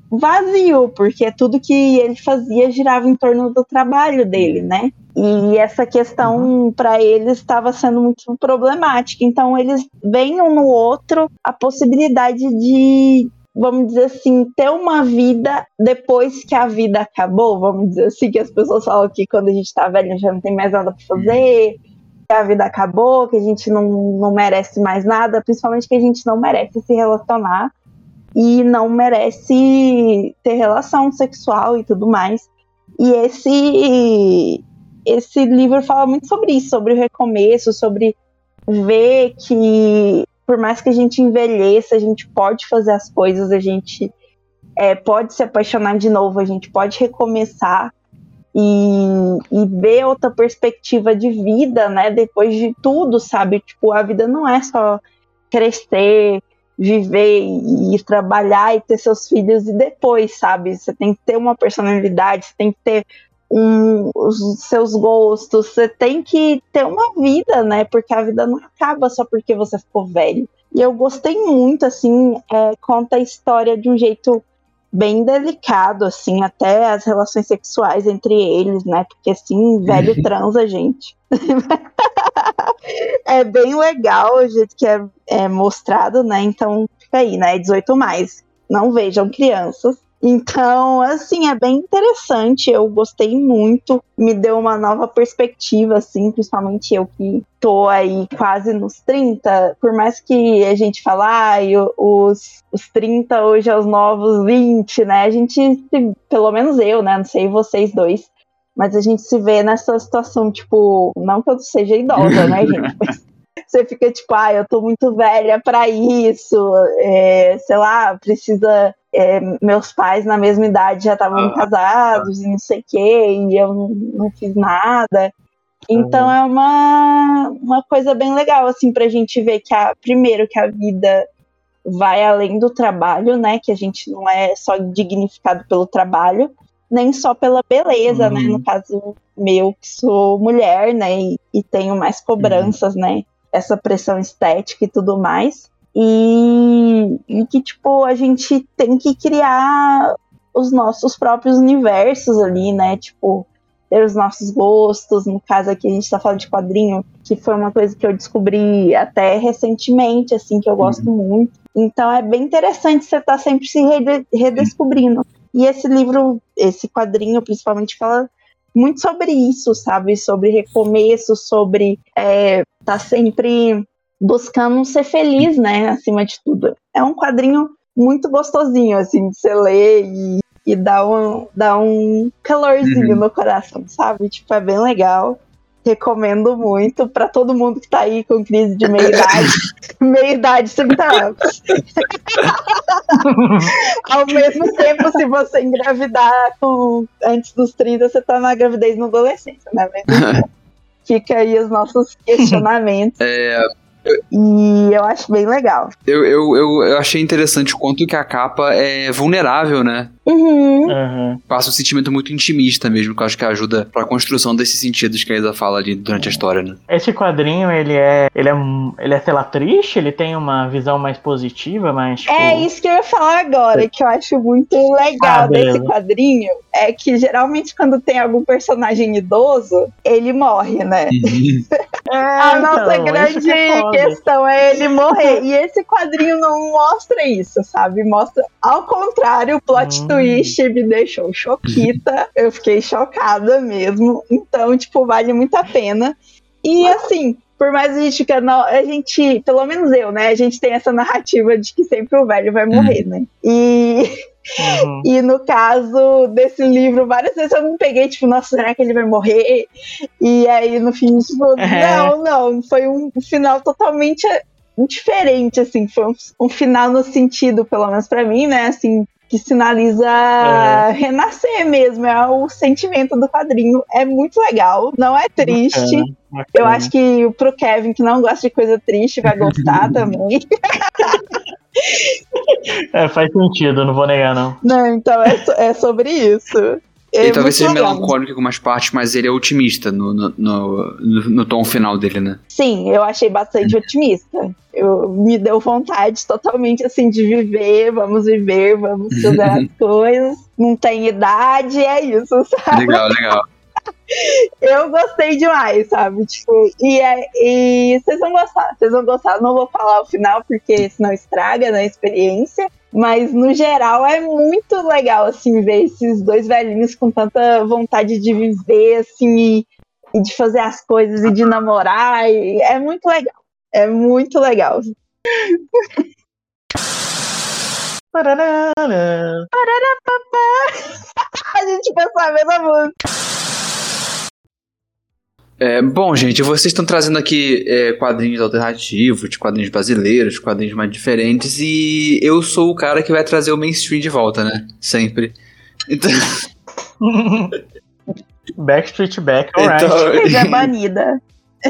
vazio, porque tudo que ele fazia girava em torno do trabalho dele, né? E essa questão, uhum. para eles, estava sendo muito problemática. Então, eles veem um no outro a possibilidade de, vamos dizer assim, ter uma vida depois que a vida acabou. Vamos dizer assim, que as pessoas falam que quando a gente tá velho, já não tem mais nada para fazer, que a vida acabou, que a gente não, não merece mais nada, principalmente que a gente não merece se relacionar e não merece ter relação sexual e tudo mais. E esse, esse livro fala muito sobre isso, sobre o recomeço, sobre ver que por mais que a gente envelheça, a gente pode fazer as coisas, a gente é, pode se apaixonar de novo, a gente pode recomeçar e, e ver outra perspectiva de vida, né, depois de tudo, sabe? Tipo, a vida não é só crescer, viver e ir trabalhar e ter seus filhos e depois, sabe? Você tem que ter uma personalidade, você tem que ter um, os seus gostos, você tem que ter uma vida, né? Porque a vida não acaba só porque você ficou velho. E eu gostei muito, assim, é, conta a história de um jeito bem delicado, assim, até as relações sexuais entre eles, né? Porque, assim, velho transa, gente. É bem legal o jeito que é, é mostrado, né? Então, fica aí, né? dezoito mais. Não vejam crianças. Então, assim, é bem interessante. Eu gostei muito. Me deu uma nova perspectiva, assim, principalmente eu que tô aí quase nos trinta. Por mais que a gente fale, ah, os, os trinta hoje é os novos vinte, né? A gente, pelo menos eu, né? Não sei vocês dois. Mas a gente se vê nessa situação, tipo, não que eu seja idosa, né, gente? Mas você fica tipo, ah, eu tô muito velha pra isso, é, sei lá, precisa... É, meus pais na mesma idade já estavam ah, casados ah. e não sei o quê, e eu não, não fiz nada. Então uhum. é uma, uma coisa bem legal, assim, pra gente ver que, a, primeiro, que a vida vai além do trabalho, né? Que a gente não é só dignificado pelo trabalho, nem só pela beleza, uhum. né? No caso meu, que sou mulher, né? E, e tenho mais cobranças, uhum. né? Essa pressão estética e tudo mais. E, e que, tipo, a gente tem que criar os nossos próprios universos ali, né? Tipo, ter os nossos gostos. No caso aqui, a gente tá falando de quadrinho, que foi uma coisa que eu descobri até recentemente, assim, que eu gosto uhum. muito. Então é bem interessante você estar tá sempre se rede- redescobrindo. E esse livro, esse quadrinho, principalmente, fala muito sobre isso, sabe? Sobre recomeço, sobre é, tá sempre buscando ser feliz, né? Acima de tudo. É um quadrinho muito gostosinho, assim, de você ler e, e dá um, dá um calorzinho uhum. no coração, sabe? Tipo, é bem legal. Recomendo muito pra todo mundo que tá aí com crise de meia-idade. Meia-idade, trinta anos. Ao mesmo tempo, se você engravidar com, antes dos trinta, você tá na gravidez na adolescência, né? Mas, fica aí os nossos questionamentos. É... E eu acho bem legal. Eu, eu, eu, eu achei interessante o quanto que a capa é vulnerável, né? Uhum. Uhum. Passa um sentimento muito intimista mesmo, que eu acho que ajuda pra construção desses sentidos que a Isa fala ali durante a história, né? Esse quadrinho, ele é, ele é, ele é, sei lá, triste? Ele tem uma visão mais positiva, mas tipo... É isso que eu ia falar agora, que eu acho muito legal ah, desse quadrinho, é que geralmente quando tem algum personagem idoso, ele morre, né? É, a nossa então, grande que é questão é ele morrer. E esse quadrinho não mostra isso, sabe? Mostra, ao contrário, o plot hum. twist me deixou choquita. Eu fiquei chocada mesmo. Então, tipo, vale muito a pena. E assim, por mais a gente ficar, a gente, pelo menos eu, né? A gente tem essa narrativa de que sempre o velho vai morrer, né? E... Uhum. E no caso desse livro, várias vezes eu não peguei, tipo, nossa, será que ele vai morrer? E aí no fim, tipo, é. não, não, foi um final totalmente diferente, assim, foi um, um final no sentido, pelo menos pra mim, né, assim, que sinaliza é. renascer mesmo, é o sentimento do quadrinho, é muito legal, não é triste. Bacana, bacana. Eu acho que pro Kevin, que não gosta de coisa triste, vai gostar também. É, faz sentido, não vou negar, não. Não, então é, so- é sobre isso. É e talvez seja legal. melancólico em algumas partes, mas ele é otimista no, no, no, no, no tom final dele, né? Sim, eu achei bastante otimista. Eu, me deu vontade totalmente assim de viver, vamos viver, vamos fazer as coisas. Não tem idade, é isso, sabe? Legal, legal. Eu gostei demais, sabe? Tipo, e, é, e vocês vão gostar, vocês vão gostar. Não vou falar o final, porque senão estraga, né, a experiência. Mas, no geral, é muito legal, assim, ver esses dois velhinhos com tanta vontade de viver, assim, e, e de fazer as coisas e de namorar. E é muito legal. É muito legal. Parará. Parará, papá. A gente pensou a mesma música. É, bom, gente, vocês estão trazendo aqui é, quadrinhos alternativos, quadrinhos brasileiros, quadrinhos mais diferentes, e eu sou o cara que vai trazer o mainstream de volta, né? Sempre. Então... Backstreet Back, alright. Então... Já é banida.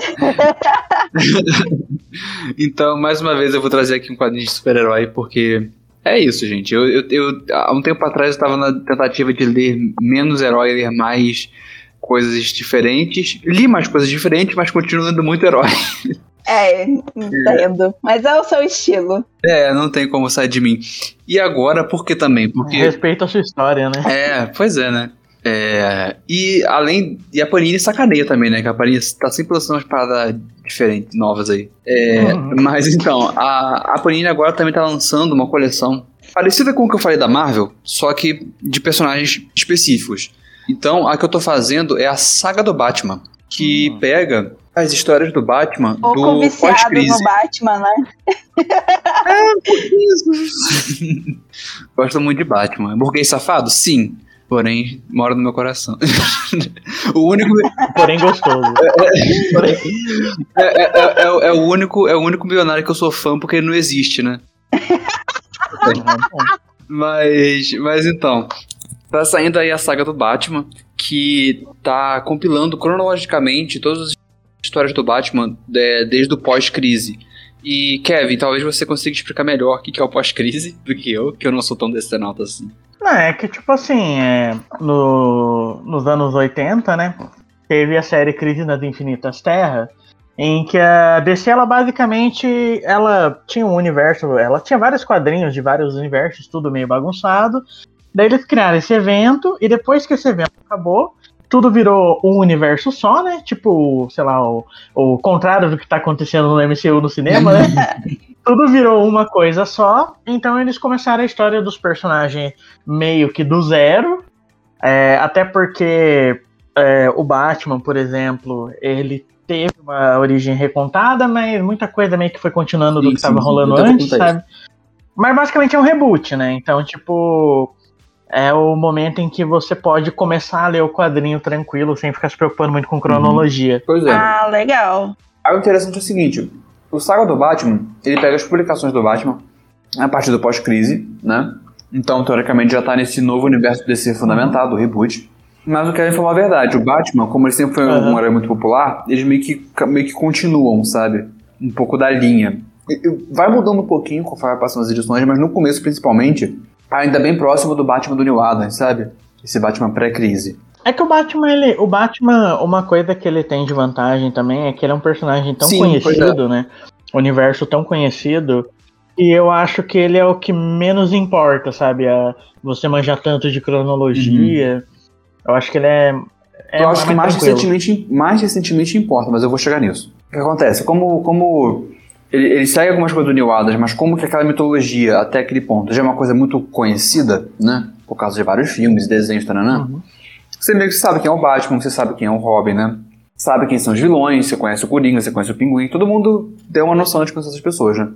Então, mais uma vez, eu vou trazer aqui um quadrinho de super-herói, porque é isso, gente. Eu, eu, eu, há um tempo atrás eu estava na tentativa de ler menos herói, ler mais coisas diferentes. Li mais coisas diferentes, mas continuo lendo muito herói. É, entendo. Mas é o seu estilo. É, não tem como sair de mim. E agora, por que também? Porque... Respeita a sua história, né? É, pois é, né? É, e além... E a Panini sacaneia também, né? Que a Panini tá sempre lançando umas paradas diferentes, novas aí. É, uhum. Mas então, a, a Panini agora também tá lançando uma coleção parecida com o que eu falei da Marvel, só que de personagens específicos. Então, a que eu tô fazendo é a saga do Batman, que hum. pega as histórias do Batman Pouco do viciado pós-crise. no Batman, né? É, por isso. Gosto muito de Batman. Burguês safado? Sim. Porém, mora no meu coração. O único... Porém gostoso. É, é, é, é, é, o único, é o único milionário que eu sou fã, porque ele não existe, né? mas, mas então... Tá saindo aí a saga do Batman, que tá compilando cronologicamente todas as histórias do Batman de, desde o pós-crise. E, Kevin, talvez você consiga explicar melhor o que é o pós-crise do que eu, que eu não sou tão decenalta assim. Não, é que, tipo assim, é, no, nos anos oitenta, né, teve a série Crise nas Infinitas Terras, em que a D C, ela basicamente, ela tinha um universo, ela tinha vários quadrinhos de vários universos, tudo meio bagunçado. Daí eles criaram esse evento, e depois que esse evento acabou, tudo virou um universo só, né? Tipo, sei lá, o, o contrário do que tá acontecendo no M C U no cinema, né? Tudo virou uma coisa só. Então eles começaram a história dos personagens meio que do zero. É, até porque é, o Batman, por exemplo, ele teve uma origem recontada, mas muita coisa meio que foi continuando do sim, que tava sim, rolando antes, sabe? Mas basicamente é um reboot, né? Então, tipo... É o momento em que você pode começar a ler o quadrinho tranquilo, sem ficar se preocupando muito com cronologia. Uhum. Pois é. Ah, legal. Aí o interessante é o seguinte, o Saga do Batman, ele pega as publicações do Batman a partir do pós-crise, né? Então, teoricamente, já tá nesse novo universo D C fundamentado, o reboot. Mas eu quero informar a verdade, o Batman, como ele sempre foi uhum. um herói muito popular, eles meio que, meio que continuam, sabe? Um pouco da linha. Vai mudando um pouquinho conforme vai passando as edições, mas no começo, principalmente... ainda bem próximo do Batman do Neil Adams, sabe? Esse Batman pré-crise. É que o Batman, ele, o Batman, uma coisa que ele tem de vantagem também é que ele é um personagem tão Sim, conhecido, é. né? Universo tão conhecido, e eu acho que ele é o que menos importa, sabe? A, você manjar tanto de cronologia. Uhum. Eu acho que ele é... é eu acho que mais recentemente, mais recentemente importa, mas eu vou chegar nisso. O que acontece? Como... como... Ele, ele segue algumas coisas do Neil Adams, mas como que aquela mitologia, até aquele ponto, já é uma coisa muito conhecida, né? Por causa de vários filmes, desenhos, taranã. Uhum. Você meio que sabe quem é o Batman, você sabe quem é o Robin, né? Sabe quem são os vilões, você conhece o Coringa, você conhece o Pinguim, todo mundo tem uma noção de quem são essas pessoas, né?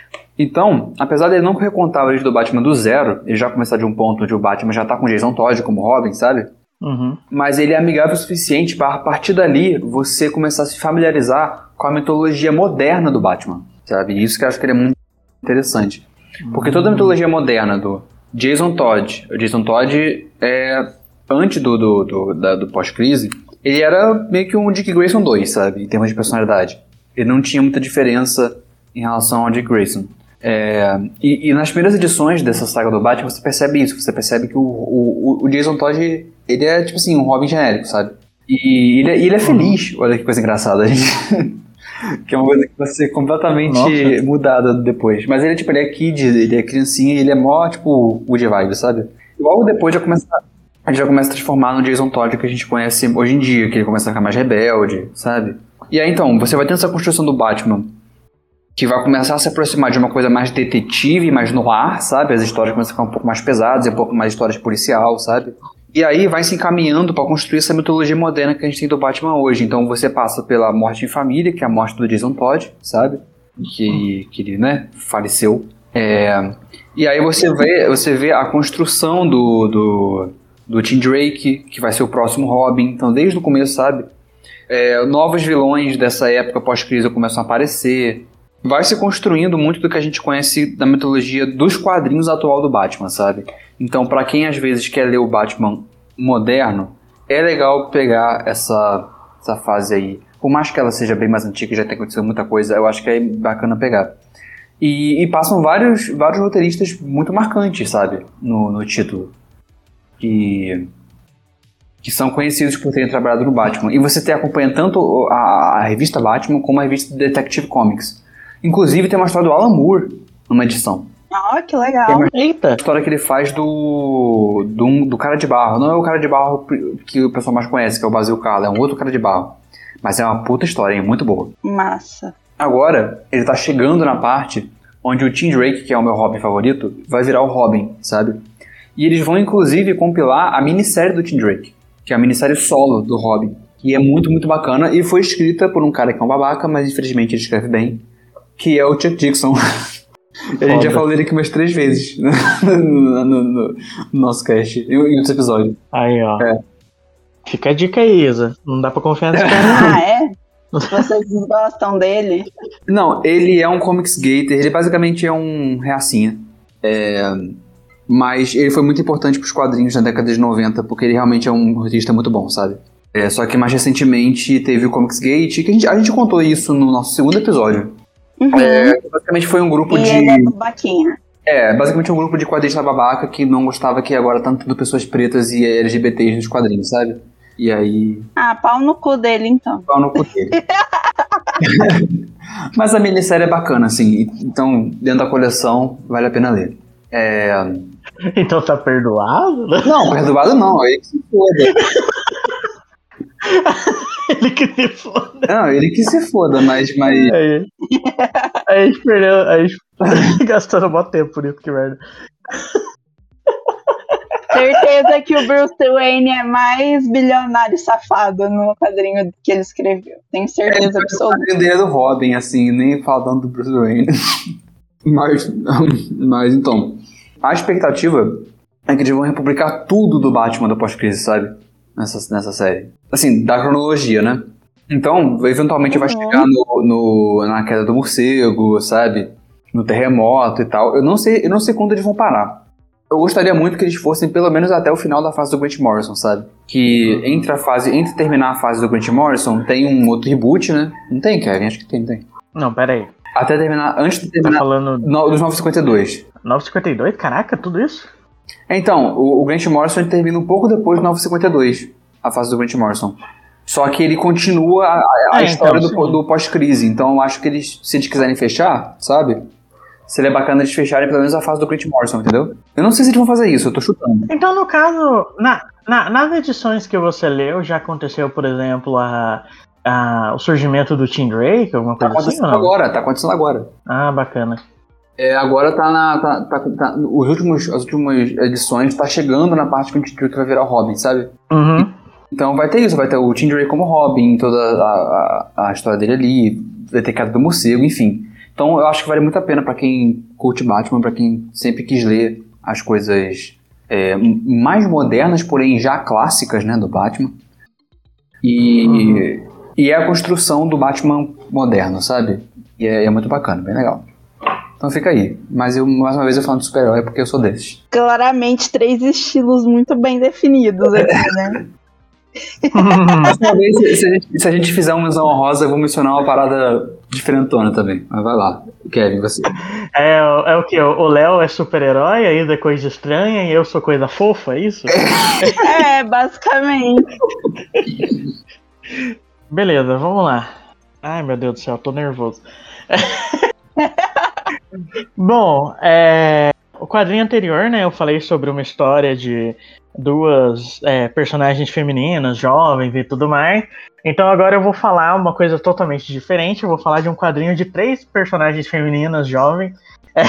Então, apesar dele não recontar a origem do Batman do zero, ele já começar de um ponto onde o Batman já tá com o Jason Todd como Robin, sabe? Uhum. Mas ele é amigável o suficiente para, a partir dali, você começar a se familiarizar com a mitologia moderna do Batman, sabe? Isso que eu acho que ele é muito interessante. Porque toda a mitologia moderna do Jason Todd, o Jason Todd é, antes do, do, do, da, do pós-crise, ele era meio que um Dick Grayson dois, sabe? Em termos de personalidade. Ele não tinha muita diferença em relação ao Dick Grayson. É, e, e nas primeiras edições dessa saga do Batman, você percebe isso. Você percebe que o, o, o Jason Todd, ele é, tipo assim, um Robin genérico, sabe? E ele, ele é feliz. Olha que coisa engraçada. Que é uma coisa que vai ser completamente Nossa. mudada depois. Mas ele, tipo, ele é kid, ele é criancinha e ele é mó, tipo, Woody Vibe, sabe? E logo depois já começa, a gente já começa a transformar no Jason Todd que a gente conhece hoje em dia, que ele começa a ficar mais rebelde, sabe? E aí, então, você vai ter essa construção do Batman, que vai começar a se aproximar de uma coisa mais detetive, mais no ar, sabe? As histórias começam a ficar um pouco mais pesadas, um pouco mais histórias policial, sabe? E aí vai se encaminhando para construir essa mitologia moderna que a gente tem do Batman hoje. Então você passa pela morte em família, que é a morte do Jason Todd, sabe? Que, que ele, né, faleceu. É... E aí você vê, você vê a construção do, do, do Tim Drake, que vai ser o próximo Robin. Então desde o começo, sabe? É, novos vilões dessa época pós-crise começam a aparecer. Vai se construindo muito do que a gente conhece da mitologia dos quadrinhos atual do Batman, sabe? Então, pra quem às vezes quer ler o Batman moderno, é legal pegar essa, essa fase aí. Por mais que ela seja bem mais antiga e já tenha acontecido muita coisa, eu acho que é bacana pegar. E, e passam vários, vários roteiristas muito marcantes, sabe? No, no título. Que... que são conhecidos por terem trabalhado no Batman. E você tem acompanhando tanto a, a revista Batman como a revista Detective Comics. Inclusive tem uma história do Alan Moore numa edição. Ah, que legal. Tem uma Eita. história que ele faz do, do do cara de barro. Não é o cara de barro que o pessoal mais conhece, que é o Basil Kala, é um outro cara de barro. Mas é uma puta história, é muito boa. Massa. Agora, ele tá chegando na parte onde o Tim Drake, que é o meu Robin favorito, vai virar o Robin, sabe? E eles vão inclusive compilar a minissérie do Tim Drake, que é a minissérie solo do Robin, que é muito, muito bacana e foi escrita por um cara que é um babaca, mas infelizmente ele escreve bem, que é o Chuck Dixon. A gente já falou dele aqui umas três vezes no, no, no, no nosso cast, em outros episódios. Aí, ó. É. Fica a dica aí, Isa. Não dá pra confiar nesse cara. Ah, é? Vocês gostam dele? Não, ele é um comics gator, ele basicamente é um reacinha. É, mas ele foi muito importante pros quadrinhos na década de noventa, porque ele realmente é um roteirista muito bom, sabe? É, só que mais recentemente teve o Comics Gate, que a gente, a gente contou isso no nosso segundo episódio. Uhum. É, basicamente foi um grupo e de... ele é babaquinha. É, basicamente um grupo de quadrinhos babaca que não gostava que agora tanto de pessoas pretas e L G B Ts nos quadrinhos, sabe? E aí... Ah, pau no cu dele, então. Pau no cu dele. Mas a minissérie é bacana, assim. Então, dentro da coleção, vale a pena ler. É... Então tá perdoado? Não, perdoado não. Ele que se foda. Ele que se foda. Não, ele que se foda, mas... mas... Aí, aí a gente perdeu... Aí a gente gastando mó tempo por isso, que merda. Certeza que o Bruce Wayne é mais bilionário safado no quadrinho que ele escreveu. Tenho certeza é, absoluta. O quadrinho do Robin, assim, nem falando do Bruce Wayne. mas, mas, então, a expectativa é que eles vão republicar tudo do Batman da pós-crise, sabe? Nessa, nessa série. Assim, da cronologia, né? Então, eventualmente uhum. vai chegar no, no, na queda do morcego, sabe? No terremoto e tal. Eu não sei, eu não sei quando eles vão parar. Eu gostaria muito que eles fossem pelo menos até o final da fase do Grant Morrison, sabe? Que entre a fase, entre terminar a fase do Grant Morrison, tem um outro reboot, né? Não tem, Kevin? Acho que tem, tem. Não, pera aí. Até terminar, antes de terminar, tá falando... no, dos novecentos e cinquenta e dois. novecentos e cinquenta e dois? Caraca, tudo isso? Então, o, o Grant Morrison ele termina um pouco depois do novecentos e cinquenta e dois, a fase do Grant Morrison. Só que ele continua a, a é, história então, do, do pós-crise. Então eu acho que eles, se eles quiserem fechar, sabe? Seria bacana eles fecharem pelo menos a fase do Grant Morrison, entendeu? Eu não sei se eles vão fazer isso, eu tô chutando. Então, no caso, na, na, nas edições que você leu, já aconteceu, por exemplo, a, a, o surgimento do Tim Drake, alguma coisa tá assim? Tá acontecendo agora, tá acontecendo agora. Ah, bacana. É, agora tá na. Tá, tá, tá, os últimos, as últimas edições tá chegando na parte que o Tim Drake vai virar o Robin, sabe? Uhum. Então vai ter isso, vai ter o Tim Drake como Robin, toda a, a, a história dele ali, vai ter queda do morcego, enfim. Então eu acho que vale muito a pena pra quem curte Batman, pra quem sempre quis ler as coisas é, mais modernas, porém já clássicas, né, do Batman. E, uhum. e é a construção do Batman moderno, sabe? E é, é muito bacana, bem legal. Então fica aí. Mas eu, mais uma vez eu falo de super-herói porque eu sou desses. Claramente três estilos muito bem definidos aqui, né? Talvez se, se, a gente, se a gente fizer uma menção honrosa, eu vou mencionar uma parada diferentona também. Mas vai lá, Kevin, você. É, é o que? O Léo é super-herói, a Isa é coisa estranha e eu sou coisa fofa, é isso? É, basicamente. Beleza, vamos lá. Ai, meu Deus do céu, tô nervoso. Bom, é, o quadrinho anterior, né, eu falei sobre uma história de duas é, personagens femininas, jovens e tudo mais. Então agora eu vou falar uma coisa totalmente diferente. Eu vou falar de um quadrinho de três personagens femininas jovens. É...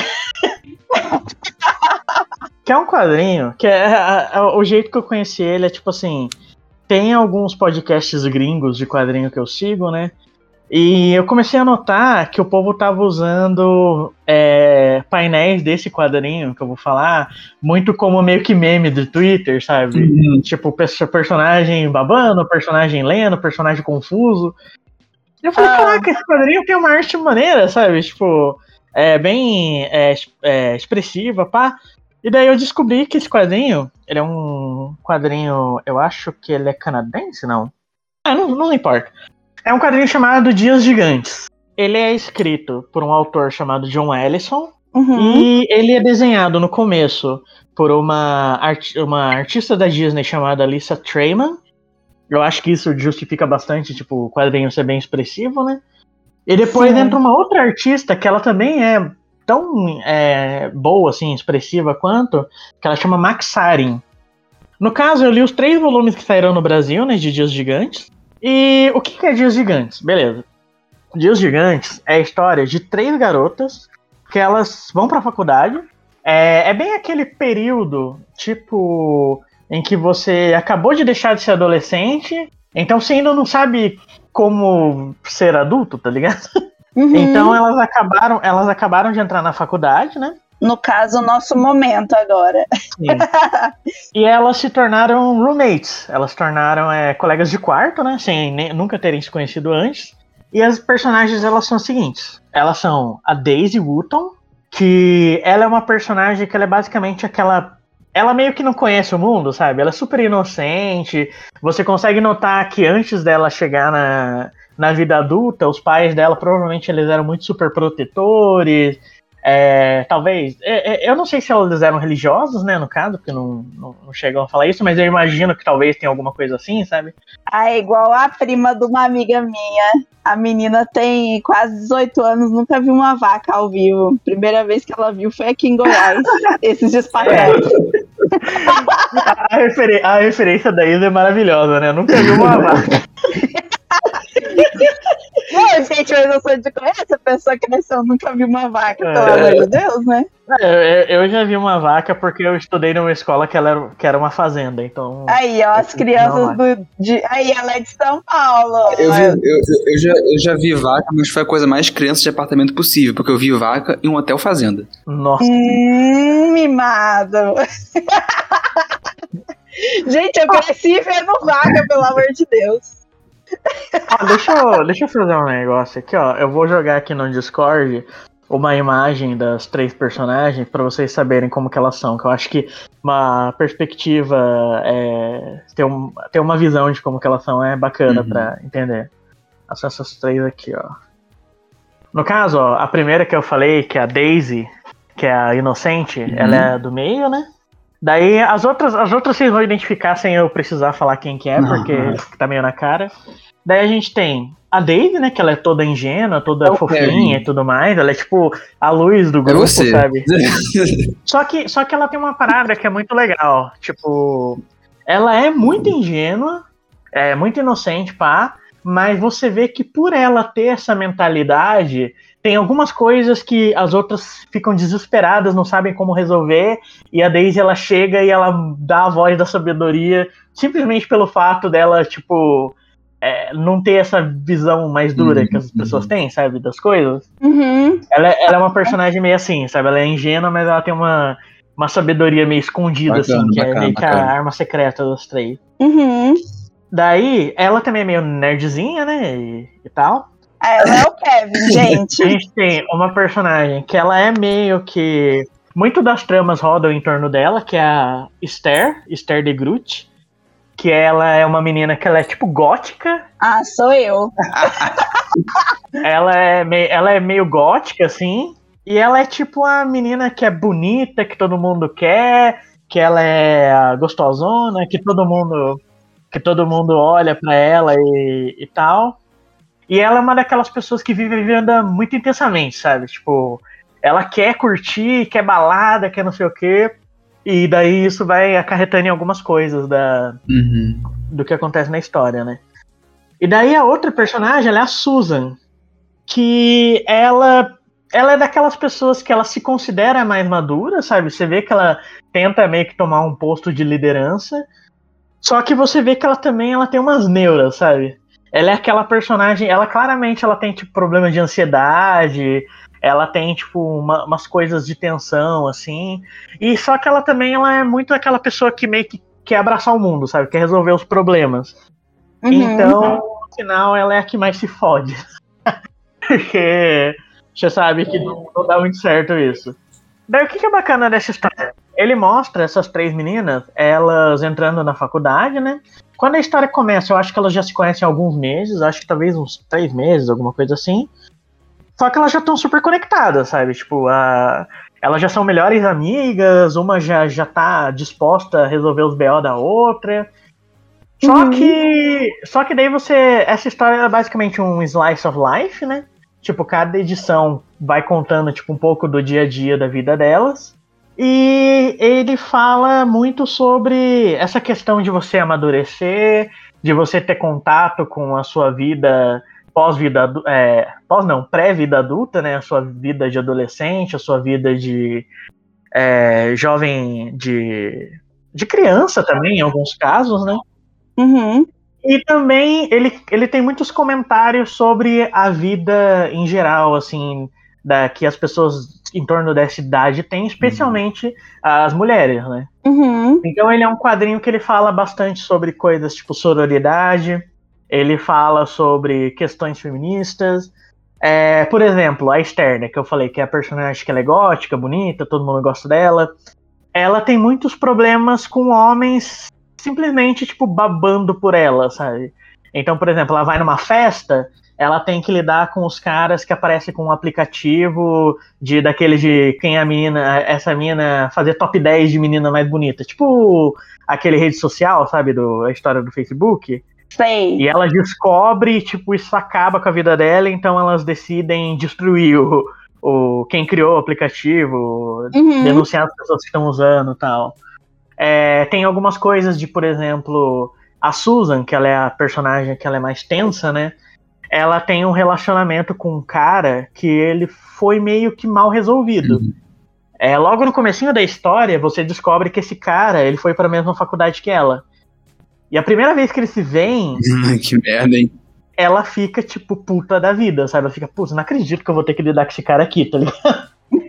que é um quadrinho que é, é, é o jeito que eu conheci ele é tipo assim, tem alguns podcasts gringos de quadrinho que eu sigo, né? E eu comecei a notar que o povo tava usando é, painéis desse quadrinho que eu vou falar, muito como meio que meme do Twitter, sabe? Uhum. Tipo, personagem babando, personagem lendo, personagem confuso. E eu falei, ah. caraca, esse quadrinho tem uma arte maneira, sabe? Tipo, é bem é, é, expressiva, pá. E daí eu descobri que esse quadrinho, ele é um quadrinho, eu acho que ele é canadense, não? Ah, não, não importa. É um quadrinho chamado Dias Gigantes. Ele é escrito por um autor chamado John Ellison. Uhum. E ele é desenhado no começo por uma, art- uma artista da Disney chamada Lisa Traiman. Eu acho que isso justifica bastante, tipo, o quadrinho ser bem expressivo, né? E depois Sim. entra uma outra artista que ela também é tão é, boa, assim, expressiva quanto, que ela chama Max Sarin. No caso, eu li os três volumes que saíram no Brasil, né, de Dias Gigantes. E o que é Dias Gigantes? Beleza. Dias Gigantes é a história de três garotas que elas vão pra faculdade. É, é bem aquele período, tipo, em que você acabou de deixar de ser adolescente, então você ainda não sabe como ser adulto, tá ligado? Uhum. Então elas acabaram, elas acabaram de entrar na faculdade, né? No caso, o nosso momento agora. Sim. E elas se tornaram roommates. Elas se tornaram é, colegas de quarto, né? Sem nem, nunca terem se conhecido antes. E as personagens, elas são as seguintes. Elas são a Daisy Wooton, que ela é uma personagem que ela é basicamente aquela... Ela meio que não conhece o mundo, sabe? Ela é super inocente. Você consegue notar que antes dela chegar na, na vida adulta, os pais dela provavelmente eles eram muito super protetores. É, talvez, é, é, eu não sei se eles eram religiosos, né, no caso, porque não, não, não chegam a falar isso, mas eu imagino que talvez tenha alguma coisa assim, sabe? Ah, é igual a prima de uma amiga minha. A menina tem quase dezoito anos, nunca viu uma vaca ao vivo. Primeira vez que ela viu foi aqui em Goiás, esses dias pra trás. A, refer- a referência da Isa é maravilhosa, né? Nunca viu uma vaca. Não, gente, mas eu sou de Goiás, a pessoa cresceu, nunca viu uma vaca, é, pelo amor de Deus, né? É, eu, eu já vi uma vaca porque eu estudei numa escola que, ela era, que era uma fazenda, então... Aí, ó, as crianças do... De, aí, ela é de São Paulo. Eu, vi, eu, eu, já, eu já vi vaca, mas foi a coisa mais criança de apartamento possível, porque eu vi vaca em um hotel fazenda. Nossa. Hum, mimado. Gente, eu cresci vendo vaca, pelo amor de Deus. Ah, deixa, eu, deixa eu fazer um negócio aqui, ó. Eu vou jogar aqui no Discord uma imagem das três personagens pra vocês saberem como que elas são. Que eu acho que uma perspectiva, é, ter, um, ter uma visão de como que elas são é bacana uhum. pra entender. São essas três aqui, ó. No caso, ó, a primeira que eu falei, que é a Daisy, que é a inocente, uhum. ela é do meio, né? Daí as outras, as outras vocês vão identificar sem eu precisar falar quem que é, porque uhum. tá meio na cara. Daí a gente tem a Daisy, né, que ela é toda ingênua, toda é fofinha e tudo mais. Ela é tipo a luz do grupo, é sabe? só, que, só que ela tem uma parada que é muito legal. Tipo, ela é muito ingênua, é muito inocente, pá. Mas você vê que por ela ter essa mentalidade, tem algumas coisas que as outras ficam desesperadas, não sabem como resolver, e a Daisy ela chega e ela dá a voz da sabedoria, simplesmente pelo fato dela, tipo, é, não ter essa visão mais dura uhum, que as pessoas uhum. têm, sabe, das coisas. Uhum. Ela, ela é uma personagem meio assim, sabe, ela é ingênua, mas ela tem uma, uma sabedoria meio escondida, bacana, assim, que bacana, é meio bacana. que a arma secreta dos três. Uhum. Daí, ela também é meio nerdzinha, né, e, e tal. Ela é o Kevin, gente. A gente tem uma personagem que ela é meio que... Muito das tramas rodam em torno dela, que é a Esther, Esther de Groot, que ela é uma menina que ela é tipo gótica. Ah, sou eu. ela, é meio, ela é meio gótica, assim. E ela é tipo a menina que é bonita, que todo mundo quer, que ela é gostosona, que todo mundo, que todo mundo olha pra ela e, e tal. E ela é uma daquelas pessoas que vive vivendo muito intensamente, sabe? Tipo, ela quer curtir, quer balada, quer não sei o quê. E daí isso vai acarretando em algumas coisas da, Uhum. do que acontece na história, né? E daí a outra personagem, ela é a Susan, que ela, ela é daquelas pessoas que ela se considera mais madura, sabe? Você vê que ela tenta meio que tomar um posto de liderança, só que você vê que ela também ela tem umas neuras, sabe? Ela é aquela personagem, ela claramente ela tem tipo problema de ansiedade, ela tem tipo uma, umas coisas de tensão assim, e só que ela também ela é muito aquela pessoa que meio que quer abraçar o mundo, sabe? Quer resolver os problemas. Uhum. Então, no final, ela é a que mais se fode. Porque você sabe que não, não dá muito certo isso. Daí o que, que é bacana dessa história? Ele mostra essas três meninas, elas entrando na faculdade, né? Quando a história começa, eu acho que elas já se conhecem há alguns meses, acho que talvez uns três meses, alguma coisa assim. Só que elas já estão super conectadas, sabe? Tipo, a... elas já são melhores amigas, uma já, já tá disposta a resolver os B O da outra. Só Uhum. que. Só que daí você. Essa história é basicamente um slice of life, né? Tipo, cada edição vai contando tipo, um pouco do dia a dia da vida delas. E ele fala muito sobre essa questão de você amadurecer, de você ter contato com a sua vida pós-vida, é, pós não, pré-vida adulta, né? A sua vida de adolescente, a sua vida de é, jovem, de, de criança também, em alguns casos, né? Uhum. E também ele, ele tem muitos comentários sobre a vida em geral, assim, da, que as pessoas em torno dessa idade têm, especialmente uhum. as mulheres, né? Uhum. Então ele é um quadrinho que ele fala bastante sobre coisas tipo sororidade, ele fala sobre questões feministas. É, por exemplo, a Esther, né, que eu falei que é a personagem que ela é gótica, bonita, todo mundo gosta dela. Ela tem muitos problemas com homens simplesmente, tipo, babando por ela, sabe? Então, por exemplo, ela vai numa festa, ela tem que lidar com os caras que aparecem com um aplicativo de daquele de quem é a menina, essa menina fazer top dez de menina mais bonita. Tipo aquele rede social, sabe? Do, a história do Facebook. Sei. E ela descobre, tipo, isso acaba com a vida dela, então elas decidem destruir o, o quem criou o aplicativo, Uhum. denunciar as pessoas que estão usando e tal. É, tem algumas coisas de, por exemplo, a Susan, que ela é a personagem que ela é mais tensa, né? Ela tem um relacionamento com um cara que ele foi meio que mal resolvido. Uhum. É, logo no comecinho da história, você descobre que esse cara, ele foi para a mesma faculdade que ela. E a primeira vez que eles se veem... que merda, hein? Ela fica, tipo, puta da vida, sabe? Ela fica, putz, não acredito que eu vou ter que lidar com esse cara aqui, tá ligado?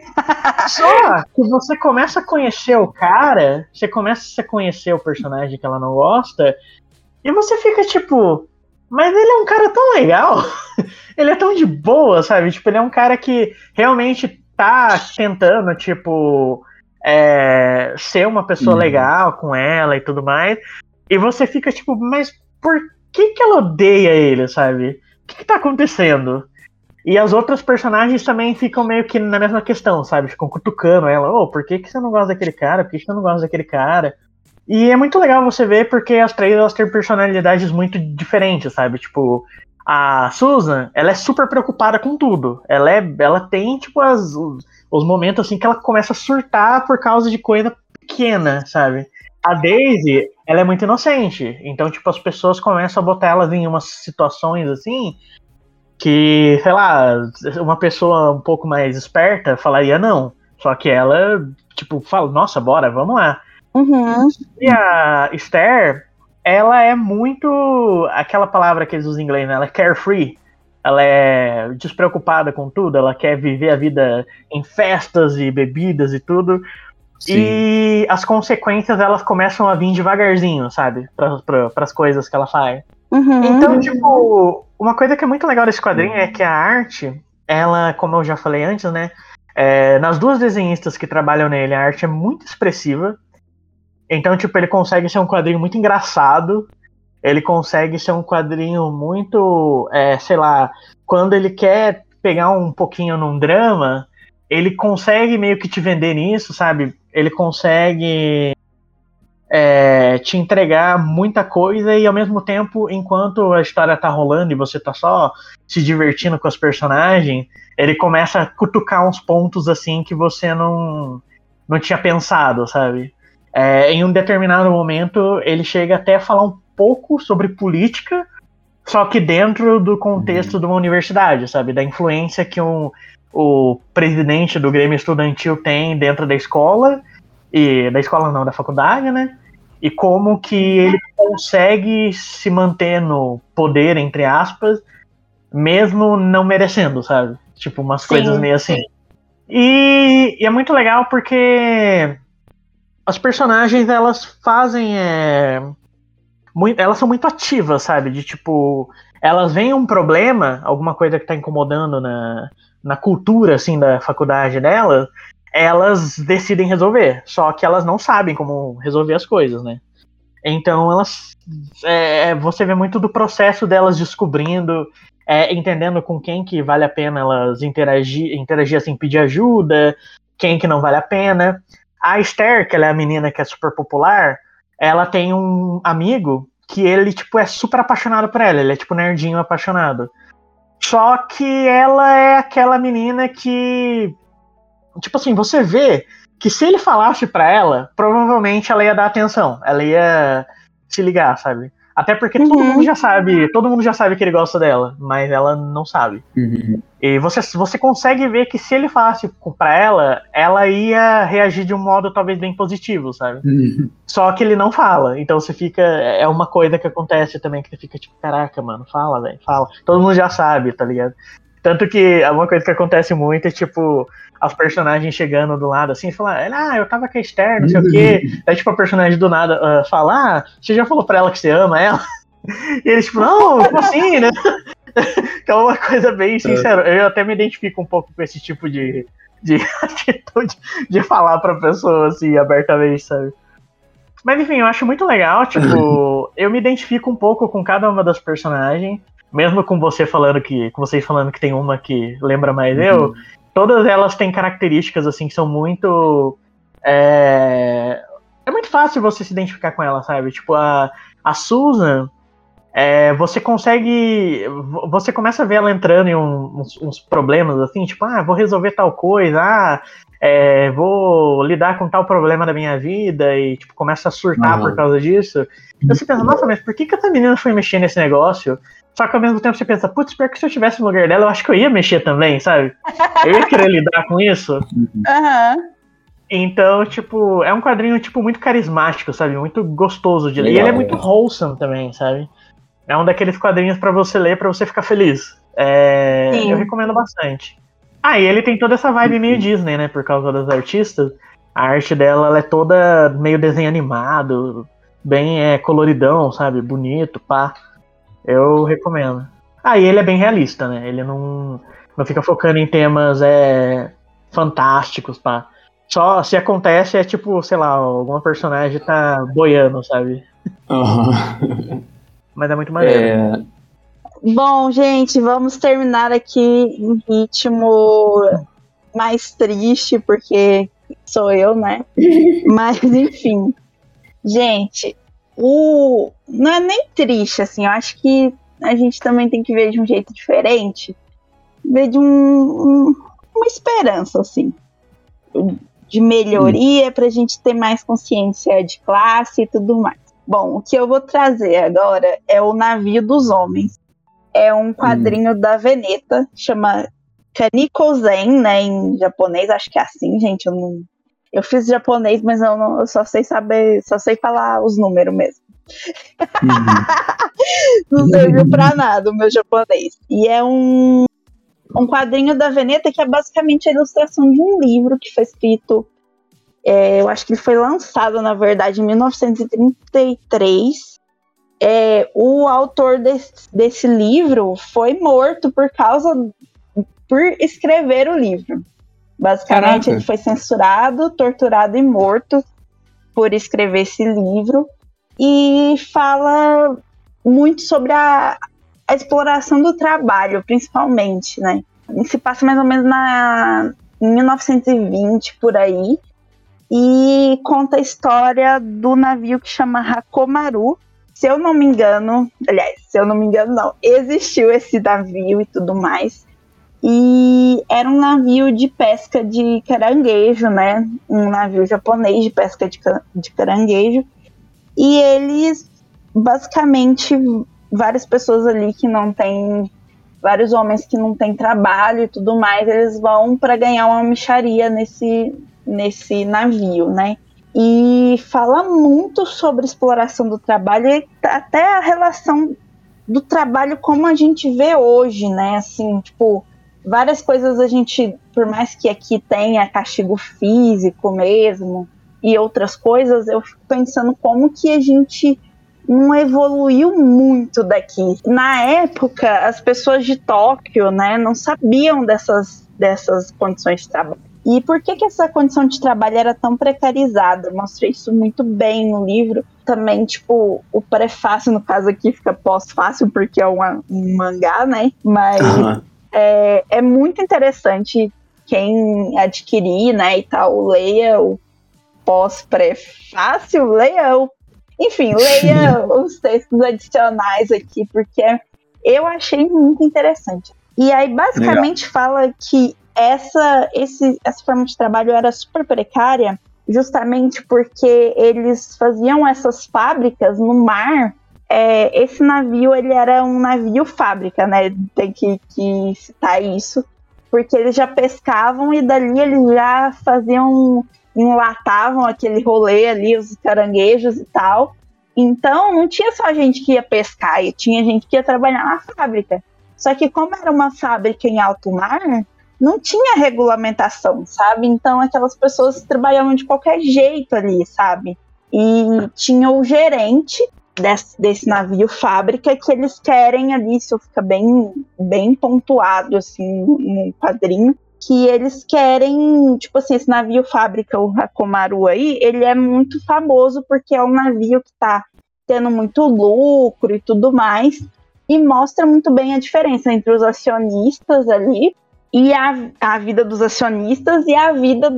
Só que você começa a conhecer o cara, você começa a conhecer o personagem que ela não gosta, e você fica tipo, mas ele é um cara tão legal, ele é tão de boa, sabe? Tipo, ele é um cara que realmente tá tentando, tipo, é, ser uma pessoa uhum. legal com ela e tudo mais, e você fica tipo, mas por que que ela odeia ele, sabe? O que que tá acontecendo? E as outras personagens também ficam meio que na mesma questão, sabe? Ficam cutucando ela. Ô, oh, por que, que você não gosta daquele cara? Por que, que você não gosta daquele cara? E é muito legal você ver porque as três elas têm personalidades muito diferentes, sabe? Tipo, a Susan, ela é super preocupada com tudo. Ela, é, ela tem, tipo, as, os, os momentos assim que ela começa a surtar por causa de coisa pequena, sabe? A Daisy, ela é muito inocente. Então, tipo, as pessoas começam a botar elas em umas situações assim... que, sei lá, uma pessoa um pouco mais esperta falaria não. Só que ela, tipo, fala, nossa, bora, vamos lá. Uhum. E a Esther, ela é muito aquela palavra que eles usam em inglês, né? Ela é carefree. Ela é despreocupada com tudo, ela quer viver a vida em festas e bebidas e tudo. Sim. E as consequências, elas começam a vir devagarzinho, sabe? Para pra, as coisas que ela faz. Uhum. Então, tipo, uma coisa que é muito legal desse quadrinho é que a arte, ela, como eu já falei antes, né? É, nas duas desenhistas que trabalham nele, a arte é muito expressiva. Então, tipo, ele consegue ser um quadrinho muito engraçado, ele consegue ser um quadrinho muito, é, sei lá, quando ele quer pegar um pouquinho num drama, ele consegue meio que te vender nisso, sabe? Ele consegue é, te entregar muita coisa e ao mesmo tempo, enquanto a história tá rolando e você tá só se divertindo com os personagens, ele começa a cutucar uns pontos assim que você não, não tinha pensado, sabe? É, em um determinado momento, ele chega até a falar um pouco sobre política, só que dentro do contexto de uma universidade, sabe? Da influência que um, o presidente do Grêmio Estudantil tem dentro da escola, e da escola não, da faculdade, né? E como que ele consegue se manter no poder, entre aspas, mesmo não merecendo, sabe? Tipo, umas Sim. coisas meio assim. E, e é muito legal porque as personagens, elas fazem... É, muito, elas são muito ativas, sabe? De tipo, elas veem um problema, alguma coisa que tá incomodando na, na cultura, assim, da faculdade dela, elas decidem resolver. Só que elas não sabem como resolver as coisas, né? Então, elas... É, você vê muito do processo delas descobrindo, é, entendendo com quem que vale a pena elas interagir, interagir assim, pedir ajuda, quem que não vale a pena. A Esther, que ela é a menina que é super popular, ela tem um amigo que ele, tipo, é super apaixonado por ela. Ele é, tipo, nerdinho apaixonado. Só que ela é aquela menina que... Tipo assim, você vê que se ele falasse pra ela, provavelmente ela ia dar atenção. Ela ia se ligar, sabe? Até porque uhum. todo mundo já sabe, todo mundo já sabe que ele gosta dela, mas ela não sabe. Uhum. E você, você consegue ver que se ele falasse pra ela, ela ia reagir de um modo talvez bem positivo, sabe? Uhum. Só que ele não fala, então você fica... É uma coisa que acontece também, que você fica tipo, caraca, mano, fala, velho, fala. Todo mundo já sabe, tá ligado? Tanto que uma coisa que acontece muito é, tipo, as personagens chegando do lado assim, e falar, ah, eu tava com a Esther, não sei o quê. Aí, tipo, a personagem do nada uh, fala, ah, você já falou pra ela que você ama ela? E eles, tipo, não, como assim, né? Que é uma coisa bem sincera. Eu até me identifico um pouco com esse tipo de, de atitude de falar pra pessoa, assim, abertamente, sabe? Mas, enfim, eu acho muito legal, tipo, eu me identifico um pouco com cada uma das personagens. Mesmo com você falando que. Com vocês falando que tem uma que lembra mais uhum. eu, todas elas têm características assim que são muito. É, é muito fácil você se identificar com ela, sabe? Tipo, a, a Susan, é, você consegue. Você começa a ver ela entrando em um, uns, uns problemas assim, tipo, ah, vou resolver tal coisa, ah, é, vou lidar com tal problema da minha vida, e tipo, começa a surtar uhum. por causa disso. Então você pensa, nossa, mas por que, que essa menina foi mexer nesse negócio? Só que ao mesmo tempo você pensa, putz, pior que se eu estivesse no lugar dela, eu acho que eu ia mexer também, sabe? Eu ia querer lidar com isso. Aham. Uhum. Então, tipo, é um quadrinho, tipo, muito carismático, sabe? Muito gostoso de ler. Legal, e ele é muito wholesome também, sabe? É um daqueles quadrinhos pra você ler, pra você ficar feliz. É... Eu recomendo bastante. Ah, e ele tem toda essa vibe meio Disney, né? Por causa das artistas. A arte dela, ela é toda meio desenho animado, bem é, coloridão, sabe? Bonito, pá. Eu recomendo. Ah, e ele é bem realista, né? Ele não, não fica focando em temas é, fantásticos, pá. Só se acontece é tipo, sei lá, alguma personagem tá boiando, sabe? Uhum. Mas é muito maneiro. É... Bom, gente, vamos terminar aqui em ritmo mais triste, porque sou eu, né? Mas, enfim. Gente... O... Não é nem triste, assim, eu acho que a gente também tem que ver de um jeito diferente, ver de um, um, uma esperança, assim, de melhoria hum. pra gente ter mais consciência de classe e tudo mais. Bom, o que eu vou trazer agora é o Navio dos Homens. É um quadrinho hum. da Veneta, chama Kaniko Zen, né, em japonês, acho que é assim, gente, eu não... Eu fiz japonês, mas eu, não, eu só sei saber, só sei falar os números mesmo. Uhum. Não serviu pra nada o meu japonês. E é um, um quadrinho da Veneta que é basicamente a ilustração de um livro que foi escrito, é, eu acho que ele foi lançado, na verdade, em mil novecentos e trinta e três. É, o autor desse, desse livro foi morto por causa, por escrever o livro. Basicamente, Caraca. Ele foi censurado, torturado e morto. por escrever esse livro e fala muito sobre a, a exploração do trabalho, principalmente, né? Se passa mais ou menos na em mil novecentos e vinte, por aí, e conta a história do navio que chama Hakomaru. Se eu não me engano, aliás, se eu não me engano não, existiu esse navio e tudo mais, e era um navio de pesca de caranguejo, né? Um navio japonês de pesca de, de caranguejo, e eles, basicamente, várias pessoas ali que não têm, vários homens que não têm trabalho e tudo mais, eles vão para ganhar uma mixaria nesse, nesse navio, né? E fala muito sobre exploração do trabalho e até a relação do trabalho como a gente vê hoje, né? Assim, tipo, várias coisas a gente, por mais que aqui tenha castigo físico mesmo e outras coisas, eu fico pensando como que a gente não evoluiu muito daqui. Na época, as pessoas de Tóquio, né, não sabiam dessas, dessas condições de trabalho. E por que que essa condição de trabalho era tão precarizada? Eu mostrei isso muito bem no livro. Também, tipo, o prefácio, no caso aqui, fica pós-fácil, porque é uma, um mangá, né? Mas uhum. é, é muito interessante quem adquirir, né, e tal, leia o pós-prefácio, leia o... Enfim, leia os textos adicionais aqui, porque eu achei muito interessante. E aí, basicamente, Legal. fala que essa, esse, essa forma de trabalho era super precária, justamente porque eles faziam essas fábricas no mar. É, esse navio, ele era um navio fábrica, né? Tem que, que citar isso, porque eles já pescavam e dali eles já faziam, enlatavam aquele rolê ali, os caranguejos e tal. Então, não tinha só gente que ia pescar, e tinha gente que ia trabalhar na fábrica. Só que como era uma fábrica em alto mar, não tinha regulamentação, sabe? Então, aquelas pessoas trabalhavam de qualquer jeito ali, sabe? E tinha o gerente desse, desse navio fábrica que eles querem ali, isso fica bem, bem pontuado, assim, no quadrinho, que eles querem, tipo assim, esse navio fábrica, o Hakomaru aí, ele é muito famoso porque é um navio que tá tendo muito lucro e tudo mais, e mostra muito bem a diferença entre os acionistas ali, e a, a vida dos acionistas e a vida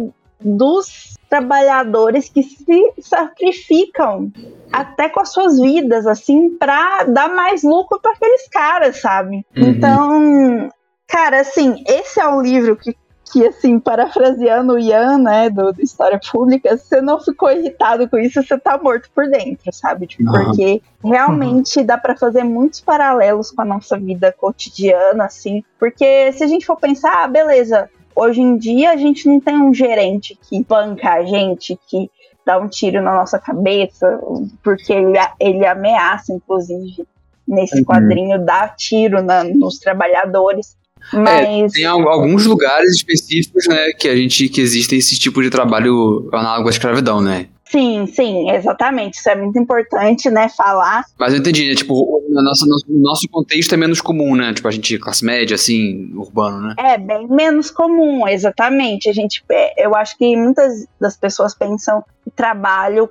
dos trabalhadores que se sacrificam até com as suas vidas, assim, pra dar mais lucro para aqueles caras, sabe? Uhum. Então, cara, assim, esse é um livro que, que assim, parafraseando o Ian, né, do, do História Pública, você não ficou irritado com isso, você tá morto por dentro, sabe? Tipo, uhum. Porque realmente uhum. dá pra fazer muitos paralelos com a nossa vida cotidiana, assim, porque se a gente for pensar, ah, beleza, hoje em dia a gente não tem um gerente que banca a gente, que dá um tiro na nossa cabeça, porque ele, ele ameaça, inclusive, nesse uhum. quadrinho, dá tiro na, nos trabalhadores. Mas... É, tem alguns lugares específicos, né, que a gente, que existe esse tipo de trabalho análogo à escravidão, né? Sim, sim, exatamente. Isso é muito importante, né, falar. Mas eu entendi, né, tipo, no nosso, no nosso contexto é menos comum, né, tipo, a gente, classe média, assim, urbano, né? É, bem menos comum, exatamente. A gente, eu acho que muitas das pessoas pensam o trabalho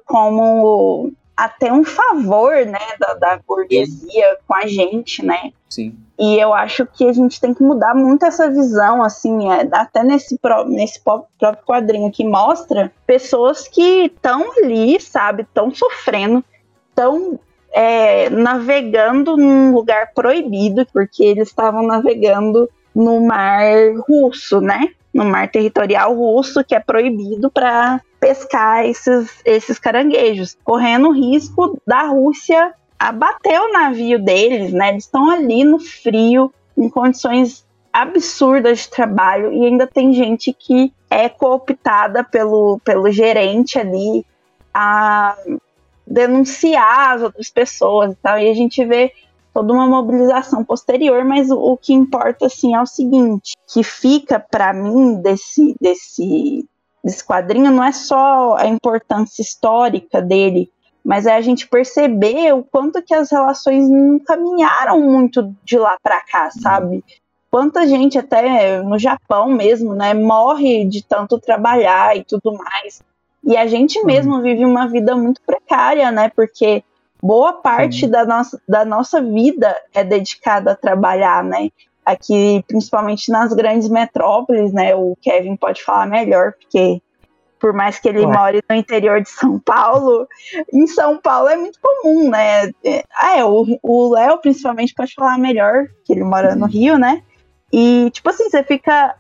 como até um favor, né, da, da burguesia com a gente, né? Sim. E eu acho que a gente tem que mudar muito essa visão, assim, é, até nesse, pró- nesse próprio quadrinho que mostra pessoas que estão ali, sabe, estão sofrendo, estão é, navegando num lugar proibido, porque eles estavam navegando no mar russo, né? No mar territorial russo, que é proibido para pescar esses, esses caranguejos, correndo o risco da Rússia abater o navio deles, né? Eles estão ali no frio, em condições absurdas de trabalho, e ainda tem gente que é cooptada pelo, pelo gerente ali a denunciar as outras pessoas e tal, e a gente vê toda uma mobilização posterior, mas o, o que importa, assim, é o seguinte, que fica para mim desse, desse, desse quadrinho não é só a importância histórica dele, mas é a gente perceber o quanto que as relações não caminharam muito de lá para cá, sabe? Quanta gente, até no Japão mesmo, né, morre de tanto trabalhar e tudo mais. E a gente uhum. mesmo vive uma vida muito precária, né? Porque boa parte da nossa, da nossa vida é dedicada a trabalhar, né? Aqui, principalmente nas grandes metrópoles, né? O Kevin pode falar melhor, porque por mais que ele Ué. more no interior de São Paulo, em São Paulo é muito comum, né? Ah, é, o Léo principalmente pode falar melhor, que ele mora no Rio, né? E, tipo assim, você fica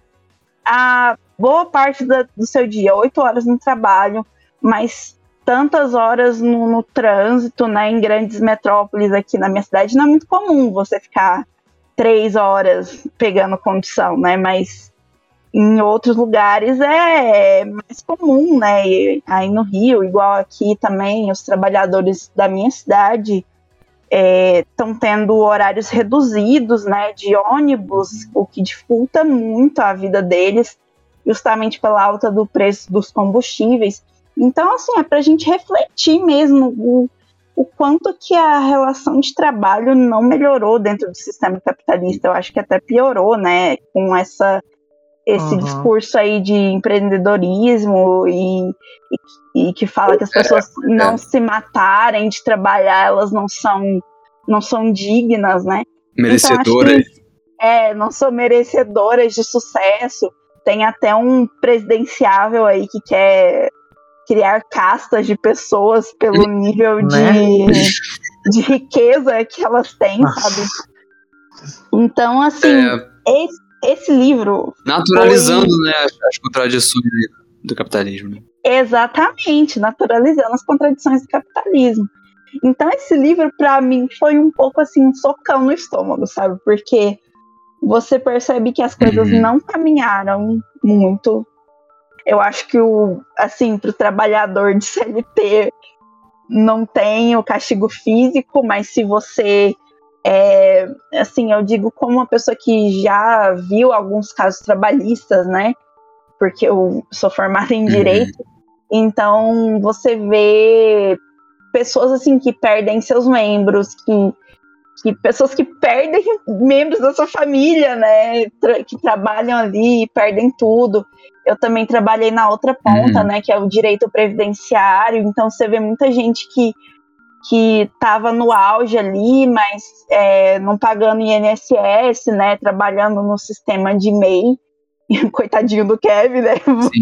a boa parte da, do seu dia, oito horas no trabalho, mas tantas horas no, no trânsito, né? Em grandes metrópoles aqui na minha cidade, não é muito comum você ficar três horas pegando condução, né? Mas em outros lugares é mais comum, né? E aí no Rio, igual aqui também, os trabalhadores da minha cidade estão é, tendo horários reduzidos, né? De ônibus, o que dificulta muito a vida deles, justamente pela alta do preço dos combustíveis. Então, assim, é para a gente refletir mesmo o, o quanto que a relação de trabalho não melhorou dentro do sistema capitalista. Eu acho que até piorou, né? Com essa... esse uhum. discurso aí de empreendedorismo e, e, e que fala que as pessoas é, é. não se matarem de trabalhar, elas não são, não são dignas, né? Merecedoras. Então, que, é, não são merecedoras de sucesso. Tem até um presidenciável aí que quer criar castas de pessoas pelo nível né? de, de riqueza que elas têm, Nossa. sabe? Então, assim, é... esse Esse livro... Naturalizando, foi... né, as, as contradições do capitalismo. Né? Exatamente, naturalizando as contradições do capitalismo. Então esse livro, pra mim, foi um pouco assim, um socão no estômago, sabe? Porque você percebe que as coisas uhum. não caminharam muito. Eu acho que, o, assim, pro trabalhador de C L T não tem o castigo físico, mas se você... É, assim, eu digo como uma pessoa que já viu alguns casos trabalhistas, né? Porque eu sou formada em Direito. Uhum. Então, você vê pessoas, assim, que perdem seus membros, que, que pessoas que perdem membros da sua família, né? Tra- que trabalham ali e perdem tudo. Eu também trabalhei na outra ponta, uhum. né? Que é o direito previdenciário. Então, você vê muita gente que que estava no auge ali, mas é, não pagando I N S S, né, trabalhando no sistema de M E I, coitadinho do Kevin, né,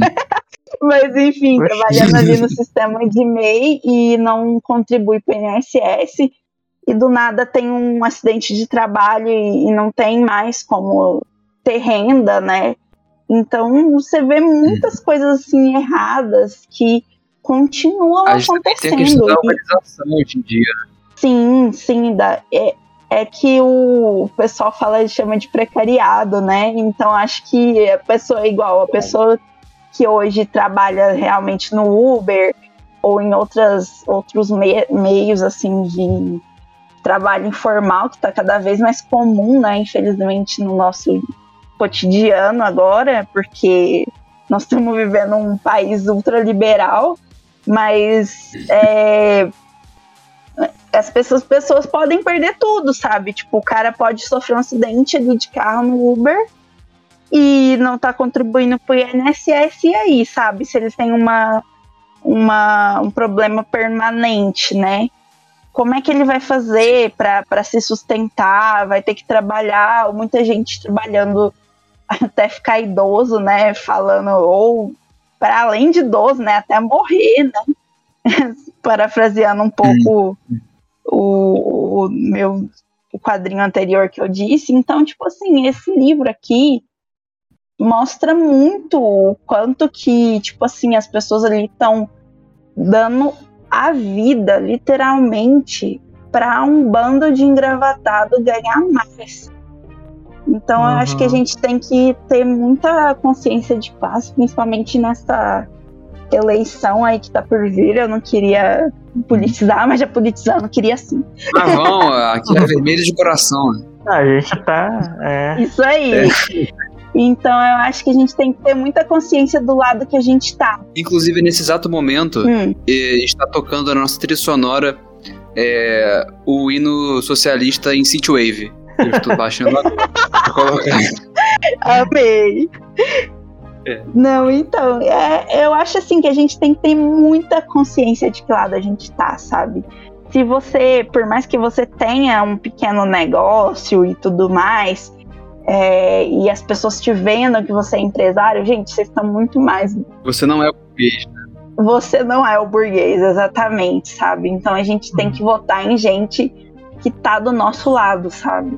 mas enfim, trabalhando ali no sistema de M E I e não contribui para o I N S S, e do nada tem um acidente de trabalho e, e não tem mais como ter renda, né, então você vê muitas coisas assim erradas que continuam a gente acontecendo. Tem a questão da organização hoje em dia. Sim, sim. Da, é, é que o pessoal fala, chama de precariado, né? Então acho que a pessoa é igual, a pessoa que hoje trabalha realmente no Uber ou em outras, outros me- meios assim de trabalho informal, que está cada vez mais comum, né? Infelizmente, no nosso cotidiano agora, porque nós estamos vivendo um país ultraliberal. Mas é, as pessoas, pessoas podem perder tudo, sabe? Tipo, o cara pode sofrer um acidente ali de carro no Uber e não tá contribuindo pro I N S S, e aí, sabe? Se ele tem uma, uma, um problema permanente, né? Como é que ele vai fazer pra, pra se sustentar? Vai ter que trabalhar, muita gente trabalhando até ficar idoso, né? Falando, ou... para além de idoso, né, até morrer, né, parafraseando um pouco hum. o, o meu o quadrinho anterior que eu disse. Então, tipo assim, esse livro aqui mostra muito o quanto que, tipo assim, as pessoas ali estão dando a vida, literalmente, para um bando de engravatado ganhar mais. Então, uhum. eu acho que a gente tem que ter muita consciência de classe, principalmente nessa eleição aí que tá por vir. Eu não queria politizar, mas já politizando, queria sim. Ah, vão, aqui é vermelho de coração. Né? A gente tá... É... Isso aí. É. Então, eu acho que a gente tem que ter muita consciência do lado que a gente tá. Inclusive, nesse exato momento, hum. está tocando na nossa trilha sonora é, o hino socialista em Synthwave. Eu estou baixando agora pra colocar. Amei. É. Não, então, é, eu acho assim que a gente tem que ter muita consciência de que lado a gente tá, sabe? Se você, por mais que você tenha um pequeno negócio e tudo mais, é, e as pessoas te vendo que você é empresário, gente, vocês estão muito mais... Você não é o burguês, né? Você não é o burguês, exatamente, sabe? Então a gente tem que votar em gente que tá do nosso lado, sabe?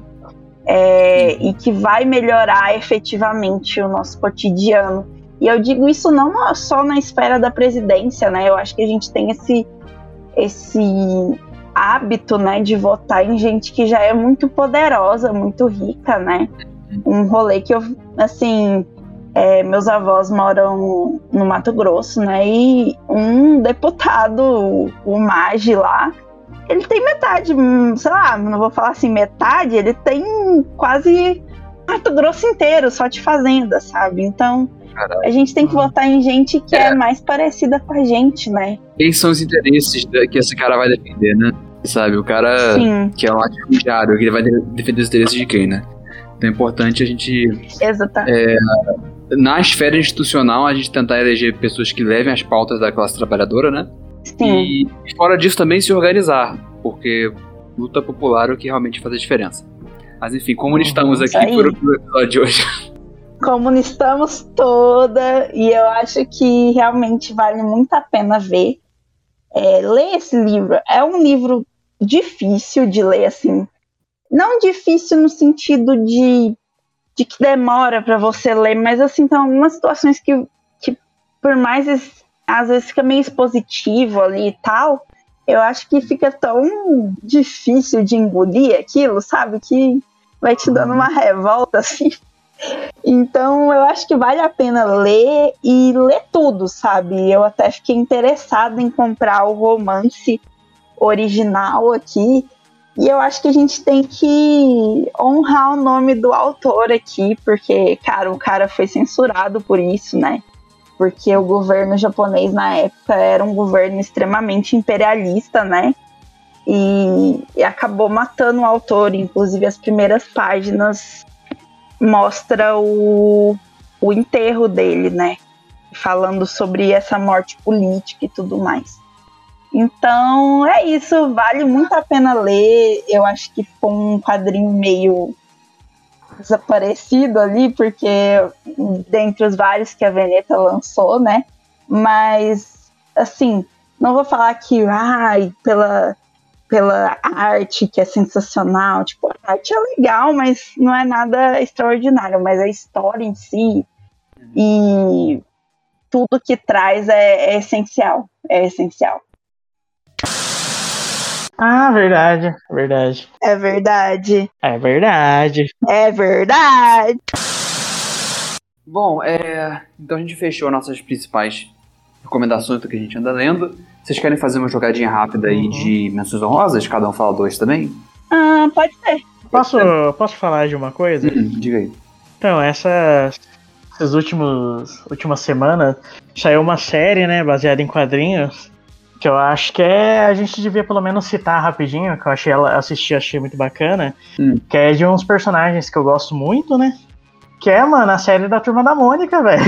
É, e que vai melhorar efetivamente o nosso cotidiano. E eu digo isso não só na esfera da presidência, né? Eu acho que a gente tem esse... esse hábito, né, de votar em gente que já é muito poderosa, muito rica, né? Um rolê que eu, assim, é, meus avós moram no Mato Grosso, né? E um deputado, o Maggi lá, ele tem metade, sei lá, não vou falar assim metade, ele tem quase Mato Grosso inteiro, só de fazenda, sabe? Então, a gente tem que votar em gente que é. é mais parecida com a gente, né? Quem são os interesses que esse cara vai defender, né? Sabe, o cara Sim. que é um latifundiário, que ele vai defender os interesses de quem, né? Então é importante a gente... Exatamente. É, na esfera institucional, a gente tentar eleger pessoas que levem as pautas da classe trabalhadora, né? Sim. E fora disso também se organizar, porque luta popular é o que realmente faz a diferença. Mas enfim, como estamos aqui por o episódio de hoje... Como estamos toda, e eu acho que realmente vale muito a pena ver. É, ler esse livro. É um livro difícil de ler, assim. Não difícil no sentido de, de que demora para você ler, mas assim, tem algumas situações que, que por mais às vezes fica meio expositivo ali e tal, eu acho que fica tão difícil de engolir aquilo, sabe? Que vai te dando uma revolta, assim. Então eu acho que vale a pena ler e ler tudo, sabe? Eu até fiquei interessada em comprar o romance original aqui, e eu acho que a gente tem que honrar o nome do autor aqui, porque, cara, o cara foi censurado por isso, né? Porque o governo japonês na época era um governo extremamente imperialista, né? E, e acabou matando o autor. Inclusive as primeiras páginas mostra o, o enterro dele, né? Falando sobre essa morte política e tudo mais. Então, é isso. Vale muito a pena ler. Eu acho que foi um quadrinho meio desaparecido ali, porque dentre os vários que a Veneta lançou, né? Mas, assim, não vou falar que, ai, pela... pela arte, que é sensacional, tipo, a arte é legal, mas não é nada extraordinário, mas a história em si e tudo que traz é, é essencial, é essencial. Ah, verdade, verdade. É verdade. É verdade. É verdade. Bom, é... então a gente fechou nossas principais recomendações do que a gente anda lendo. Vocês querem fazer uma jogadinha rápida aí uhum. de menções honrosas? Cada um fala dois também? Ah, pode ser. Posso, posso falar de uma coisa? Hum, diga aí. Então, essas, essas últimos, últimas semanas saiu uma série, né, baseada em quadrinhos, que eu acho que é, a gente devia pelo menos citar rapidinho, que eu achei ela assisti, achei muito bacana, hum. que é de uns personagens que eu gosto muito, né? Que é, mano, a série da Turma da Mônica, velho.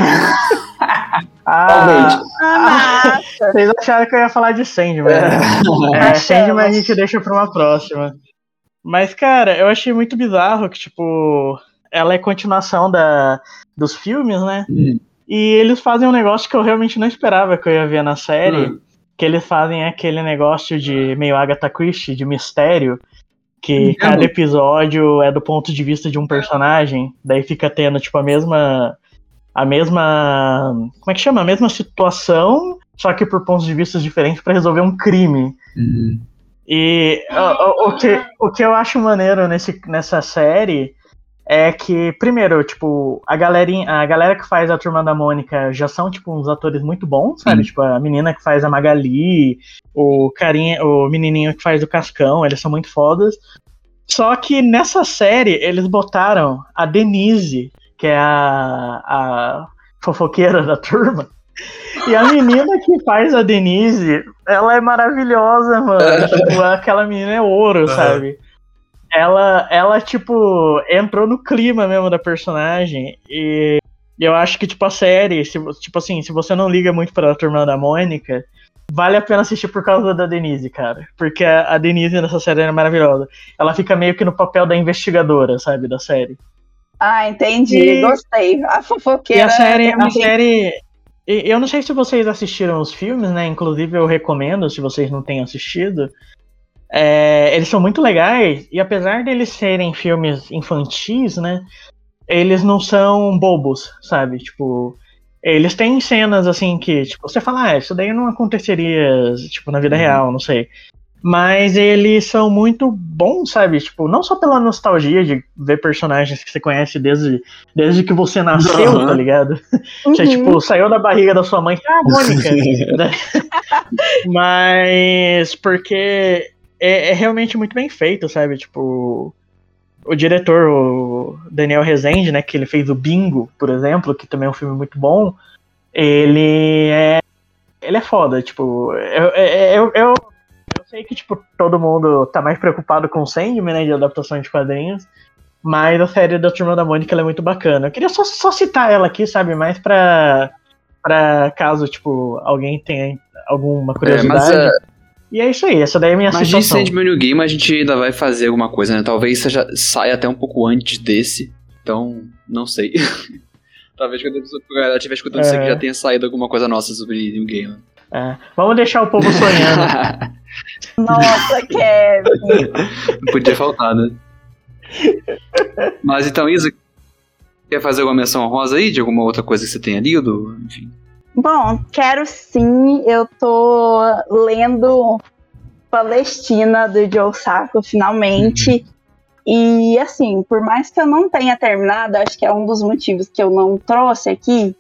ah, ah, vocês acharam que eu ia falar de Sandman, né? É, é, Sandman a gente deixa pra uma próxima. Mas, cara, eu achei muito bizarro que, tipo, ela é continuação da, dos filmes, né? Hum. E eles fazem um negócio que eu realmente não esperava que eu ia ver na série, hum. que eles fazem aquele negócio de meio Agatha Christie, de mistério, que hum. cada episódio é do ponto de vista de um personagem, daí fica tendo, tipo, a mesma... a mesma... como é que chama? A mesma situação, só que por pontos de vista diferentes pra resolver um crime. Uhum. E o, o, que, o que eu acho maneiro nesse, nessa série é que, primeiro, tipo, a, galerinha, a galera que faz a Turma da Mônica já são, tipo, uns atores muito bons, sabe? Uhum. Tipo, a menina que faz a Magali, o carinha, o menininho que faz o Cascão, eles são muito fodas. Só que nessa série eles botaram a Denise, que é a, a fofoqueira da turma. E a menina que faz a Denise, ela é maravilhosa, mano. Tipo, aquela menina é ouro, uhum. sabe? Ela, ela, tipo, entrou no clima mesmo da personagem. E E eu acho que, tipo, a série, se, tipo assim, se você não liga muito pra Turma da Mônica, vale a pena assistir por causa da Denise, cara. Porque a, a Denise nessa série é maravilhosa. Ela fica meio que no papel da investigadora, sabe, da série. Ah, entendi. E- Gostei. A fofoqueira. E a série, eu me a série... e- Eu não sei se vocês assistiram os filmes, né? Inclusive eu recomendo, se vocês não têm assistido. É, eles são muito legais, e apesar deles serem filmes infantis, né? Eles não são bobos, sabe? Tipo, eles têm cenas assim que, tipo, você fala, ah, isso daí não aconteceria, tipo, na vida Uhum. real, não sei. Mas eles são muito bons, sabe? Tipo, não só pela nostalgia de ver personagens que você conhece desde, desde que você nasceu, Uhum. tá ligado? Uhum. Você, tipo, saiu da barriga da sua mãe, ah, Mônica! Mas porque é, é realmente muito bem feito, sabe? Tipo, o diretor, o Daniel Rezende, né, que ele fez o Bingo, por exemplo, que também é um filme muito bom, ele é ele é foda, tipo, eu, eu, eu, eu sei que, tipo, todo mundo tá mais preocupado com o Sandman, né, de adaptação de quadrinhos, mas a série da Turma da Mônica ela é muito bacana. Eu queria só, só citar ela aqui, sabe, mais pra, pra caso, tipo, alguém tenha alguma É, curiosidade. mas, é, E é isso aí, essa daí é a minha mas de situação. Sandman New Game a gente ainda vai fazer alguma coisa, né? Talvez seja, saia até um pouco antes desse. Então, não sei. Talvez quando a pessoa a galera estiver escutando isso aqui É. já tenha saído alguma coisa nossa sobre New Game. É, vamos deixar o povo sonhando. Nossa, Kevin. Não podia faltar, né? Mas então, Isa, quer fazer alguma menção honrosa aí de alguma outra coisa que você tenha lido? Enfim. Bom, quero sim. Eu tô lendo Palestina do Joe Sacco, finalmente. E assim, por mais que eu não tenha terminado, acho que é um dos motivos que eu não trouxe aqui.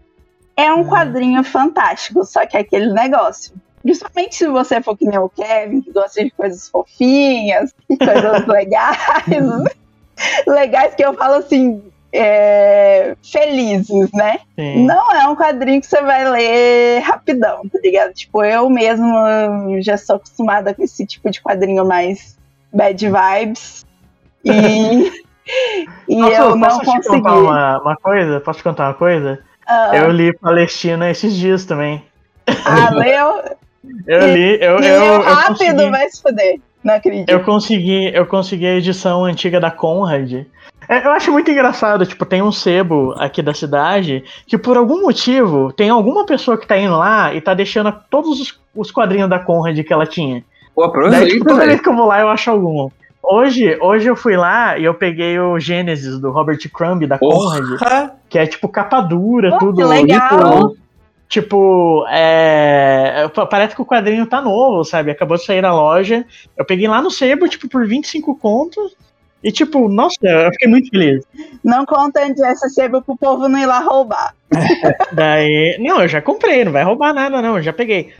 É um quadrinho fantástico, só que é aquele negócio. Principalmente se você for que nem o Kevin, que gosta de coisas fofinhas, coisas legais. Legais que eu falo assim, é, felizes, né? Sim. Não é um quadrinho que você vai ler rapidão, tá ligado? Tipo, eu mesma já sou acostumada com esse tipo de quadrinho mais bad vibes. E, e Posso, eu não posso te consegui. contar uma, uma coisa? Posso te contar uma coisa? Ah, Eu li Palestina esses dias também. ah, leu? Eu li, eu, E eu, leu eu rápido, consegui, vai se fuder. Não acredito. eu consegui, eu consegui a edição antiga da Conrad. É, eu acho muito engraçado, tipo, tem um sebo aqui da cidade que por algum motivo tem alguma pessoa que tá indo lá e tá deixando todos os, os quadrinhos da Conrad que ela tinha. Pô, Daí, aproveita, tipo, toda velho. vez que eu vou lá eu acho algum. Hoje, hoje eu fui lá e eu peguei o Gênesis do Robert Crumb da Conrad, Porra! que é tipo capa dura, Pô, tudo. que legal. Tipo, tipo, é, pa- parece que o quadrinho tá novo, sabe? Acabou de sair da loja. Eu peguei lá no sebo, tipo, por vinte e cinco contos. E tipo, nossa, eu fiquei muito feliz. Não conta onde essa sebo pro povo não ir lá roubar. Daí, não, eu já comprei, não vai roubar nada não, eu já peguei.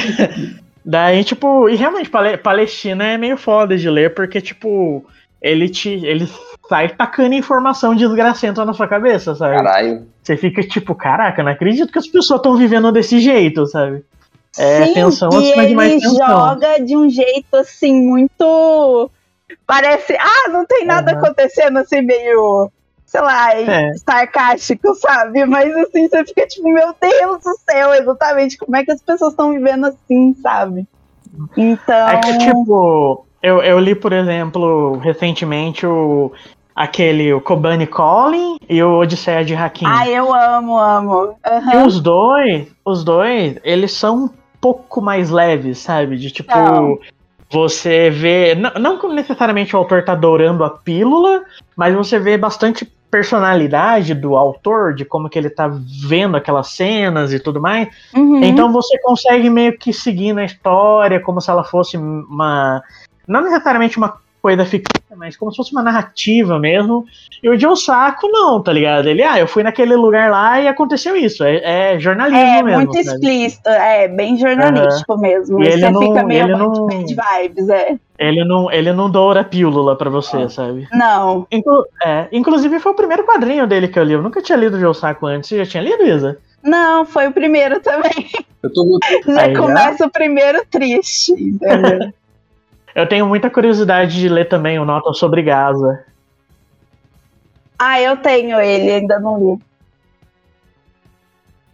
Daí, tipo, e realmente, Pale- Palestina é meio foda de ler, porque, tipo, ele te. Ele sai tacando informação desgracenta na sua cabeça, sabe? Caralho. Você fica tipo, caraca, não acredito que as pessoas estão vivendo desse jeito, sabe? É Sim, tensão e acima de mais ele tensão. joga de um jeito assim, muito. Parece. Ah, não tem nada Uhum. acontecendo assim, meio. Sei lá, É. sarcástico, sabe? Mas assim, você fica tipo, meu Deus do céu, exatamente. Como é que as pessoas estão vivendo assim, sabe? Então. É que, tipo, eu, eu li, por exemplo, recentemente o aquele o Kobani Calling e o Odisseia de Hakim. Ai, eu amo, amo. E Aham. os dois, os dois, eles são um pouco mais leves, sabe? De tipo, Não. você vê. Não, não que necessariamente o autor tá dourando a pílula, mas você vê bastante personalidade do autor, de como que ele tá vendo aquelas cenas e tudo mais. Uhum. Então você consegue meio que seguir na história como se ela fosse uma. Não necessariamente uma coisa fictícia, mas como se fosse uma narrativa mesmo. E o Joe Sacco não, tá ligado? Ele, ah, eu fui naquele lugar lá e aconteceu isso. É, é jornalismo É, mesmo. muito sabe? explícito, é, bem jornalístico mesmo. E E ele você não- fica meio ele muito não- bad vibes, é. Ele não, ele não doura a pílula pra você, sabe? Não, Inclu- é, inclusive foi o primeiro quadrinho dele que eu li. Eu nunca tinha lido o Joe Sacco antes. Você já tinha lido, Isa? não, foi o primeiro também. Eu tô Já Aí, já? começa o primeiro triste, entendeu? Eu tenho muita curiosidade de ler também o Nota sobre Gaza. Ah, eu tenho ele, ainda não li.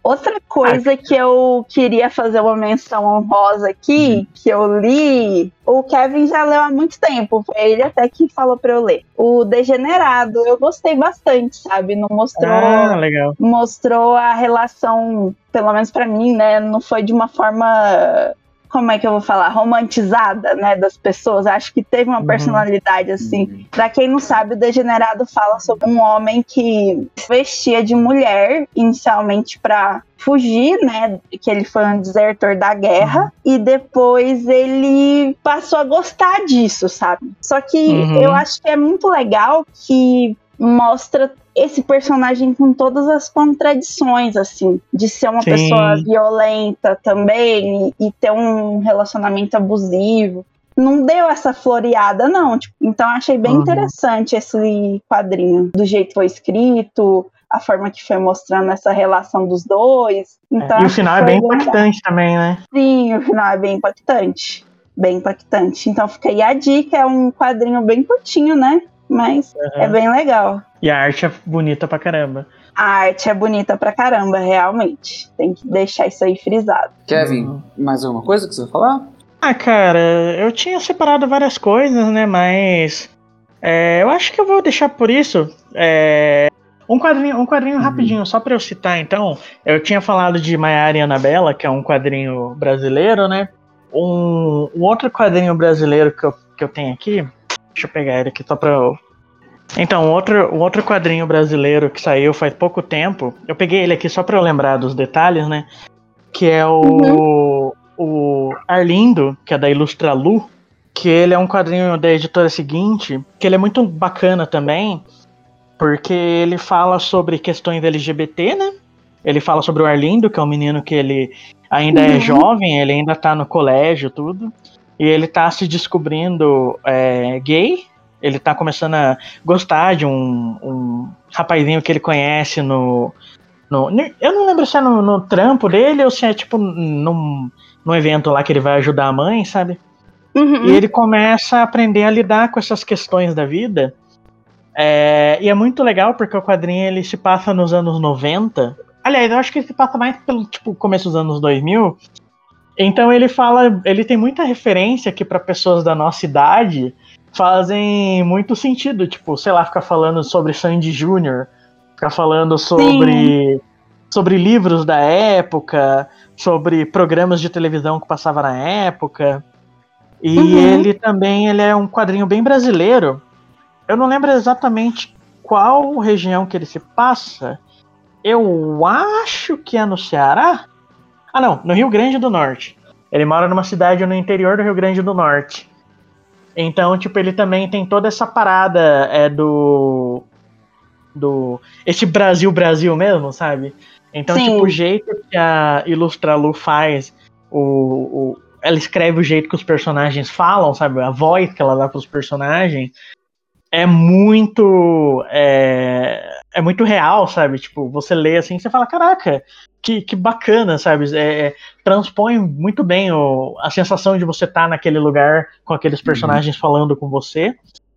Outra coisa que eu queria fazer uma menção honrosa aqui, que eu li, o Kevin já leu há muito tempo, foi ele até que falou pra eu ler. O Degenerado, eu gostei bastante, sabe? Não mostrou, Ah, legal. mostrou a relação, pelo menos pra mim, né? Não foi de uma forma, como é que eu vou falar, romantizada, né, das pessoas. Acho que teve uma Uhum. personalidade, assim. Uhum. Pra quem não sabe, o Degenerado fala sobre um homem que vestia de mulher, inicialmente pra fugir, né, que ele foi um desertor da guerra, uhum. e depois ele passou a gostar disso, sabe? Só que uhum. eu acho que é muito legal que mostra esse personagem com todas as contradições, assim, de ser uma Sim. pessoa violenta também e, e ter um relacionamento abusivo. Não deu essa floreada, não. Tipo, então achei bem uhum. interessante esse quadrinho, do jeito que foi escrito, a forma que foi mostrando essa relação dos dois. Então, é, e o final é bem impactante também, né? Sim, o final é bem impactante. Bem impactante. Então fica aí a dica, é um quadrinho bem curtinho, né? Mas uhum. é bem legal. E a arte é bonita pra caramba. A arte é bonita pra caramba, realmente. Tem que deixar isso aí frisado. Kevin, uhum. mais alguma coisa que você vai falar? Ah, cara, eu tinha separado várias coisas, né? Mas é, eu acho que eu vou deixar por isso. É, um quadrinho, um quadrinho uhum. rapidinho, só pra eu citar, então. Eu tinha falado de Maiara e Anabela, que é um quadrinho brasileiro, né? Um, um outro quadrinho brasileiro que eu, que eu tenho aqui. Deixa eu pegar ele aqui só pra eu... Então, um outro, um outro quadrinho brasileiro que saiu faz pouco tempo, eu peguei ele aqui só pra eu lembrar dos detalhes, né? Que é o, uhum. o Arlindo, que é da Ilustra Lu, que ele é um quadrinho da editora seguinte, que ele é muito bacana também, porque ele fala sobre questões L G B T, né? Ele fala sobre o Arlindo, que é um menino que ele ainda uhum. é jovem, ele ainda tá no colégio, tudo. E ele tá se descobrindo é, gay. Ele tá começando a gostar de um, um rapazinho que ele conhece no, no... Eu não lembro se é no, no trampo dele ou se é tipo num, num evento lá que ele vai ajudar a mãe, sabe? Uhum. E ele começa a aprender a lidar com essas questões da vida. É, e é muito legal porque o quadrinho ele se passa nos anos noventa. Aliás, eu acho que ele se passa mais pelo tipo, começo dos anos dois mil. Então ele fala, ele tem muita referência que para pessoas da nossa idade fazem muito sentido, tipo, sei lá, ficar falando sobre Sandy Júnior, ficar falando sobre, sobre livros da época, sobre programas de televisão que passava na época. E uhum. ele também ele é um quadrinho bem brasileiro. Eu não lembro exatamente qual região que ele se passa. Eu acho que é no Ceará. Ah, não, no Rio Grande do Norte. Ele mora numa cidade no interior do Rio Grande do Norte. Então, tipo, ele também tem toda essa parada é, do... do esse Brasil, Brasil mesmo, sabe? Então, Sim. tipo, o jeito que a Ilustra Lu faz, o, o, ela escreve o jeito que os personagens falam, sabe? A voz que ela dá pros personagens é muito... É, é muito real, sabe? Tipo, você lê assim, você fala, caraca... Que, que bacana, sabe? É, é, transpõe muito bem o, a sensação de você estar tá naquele lugar com aqueles personagens uhum. falando com você.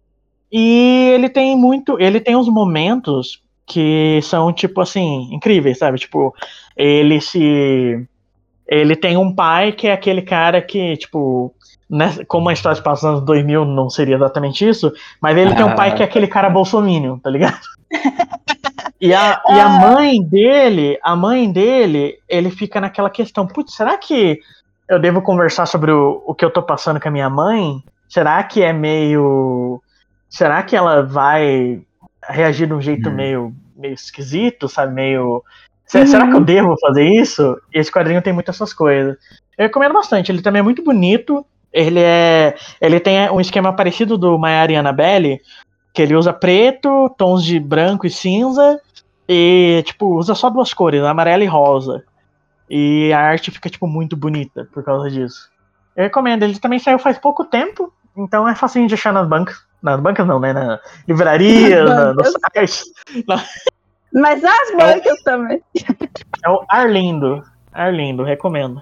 E ele tem muito. Ele tem uns momentos que são, tipo assim, incríveis, sabe? Tipo, ele se. Ele tem um pai que é aquele cara que, tipo. Né, como a história se passa nos anos dois mil, não seria exatamente isso, mas ele ah. tem um pai que é aquele cara bolsominion, tá ligado? E a, e a mãe dele, a mãe dele, ele fica naquela questão, putz, será que eu devo conversar sobre o, o que eu tô passando com a minha mãe? Será que é meio... Será que ela vai reagir de um jeito uhum. meio, meio esquisito, sabe? Meio... Uhum. Será que eu devo fazer isso? E esse quadrinho tem muitas essas coisas. Eu recomendo bastante, ele também é muito bonito. Ele é, ele tem um esquema parecido do Maiara e Annabelle, que ele usa preto, tons de branco e cinza, e, tipo, usa só duas cores, amarelo e rosa. E a arte fica, tipo, muito bonita por causa disso. Eu recomendo, ele também saiu faz pouco tempo, então é facinho de achar nas bancas. Nas bancas não, né? Na livraria, na, nos sites. Na... Mas as bancas é o, também. É o Arlindo. Arlindo, recomendo.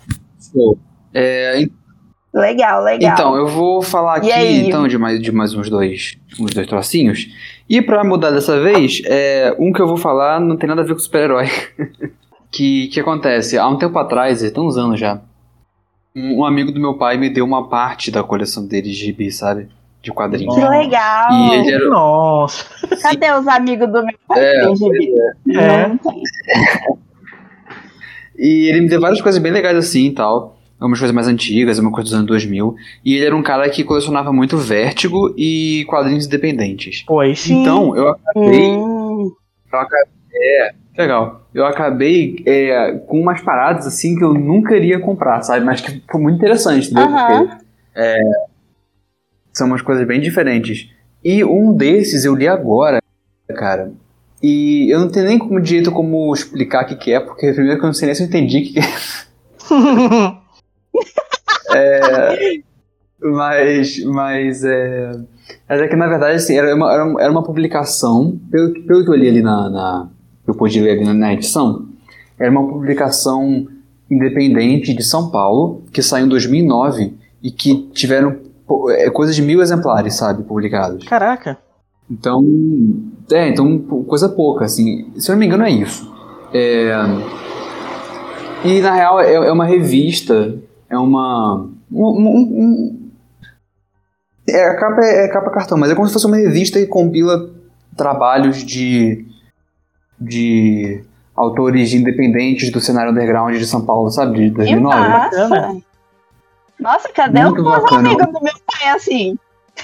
É... Legal, legal. Então, eu vou falar aqui então, de, mais, de mais uns dois, uns dois trocinhos. E pra mudar dessa vez, é, um que eu vou falar não tem nada a ver com super-herói. que que acontece? Há um tempo atrás, tem uns anos já, um, um amigo do meu pai me deu uma parte da coleção dele de gibi, sabe? De quadrinhos. Que legal! E ele era... Nossa! Cadê os amigos do meu pai É, que tem gibi? é. Não tem. E ele me deu várias coisas bem legais assim e tal. Algumas coisas mais antigas, uma coisa dos anos dois mil. E ele era um cara que colecionava muito Vértigo e quadrinhos independentes. Pô, aí sim. Então, eu acabei... Hum. Eu acabei é, legal. Eu acabei é, com umas paradas assim que eu nunca iria comprar, sabe? Mas que foi muito interessante, entendeu? Aham. Porque é, são umas coisas bem diferentes. E um desses eu li agora, cara. E eu não tenho nem como direito como explicar o que, que é, porque primeiro que eu não sei nem se eu entendi o que, que é. É, mas, mas, é, mas é que na verdade assim, era, uma, era uma era uma publicação, pelo, pelo que eu li ali na, na eu pude ler ali na, na edição, era uma publicação independente de São Paulo, que saiu em dois mil e nove e que tiveram pô, é, coisa de mil exemplares, sabe, publicados. Caraca. Então, é, então coisa pouca, assim, se eu não me engano é isso. É, e na real é, é uma revista. É uma... Um, um, um, é, a capa é, é capa cartão, mas é como se fosse uma revista que compila trabalhos de, de autores independentes do cenário underground de São Paulo, sabe? De dois mil e nove. Que massa. Bacana. Nossa, cadê Muito os bacana. amigos do meu pai assim?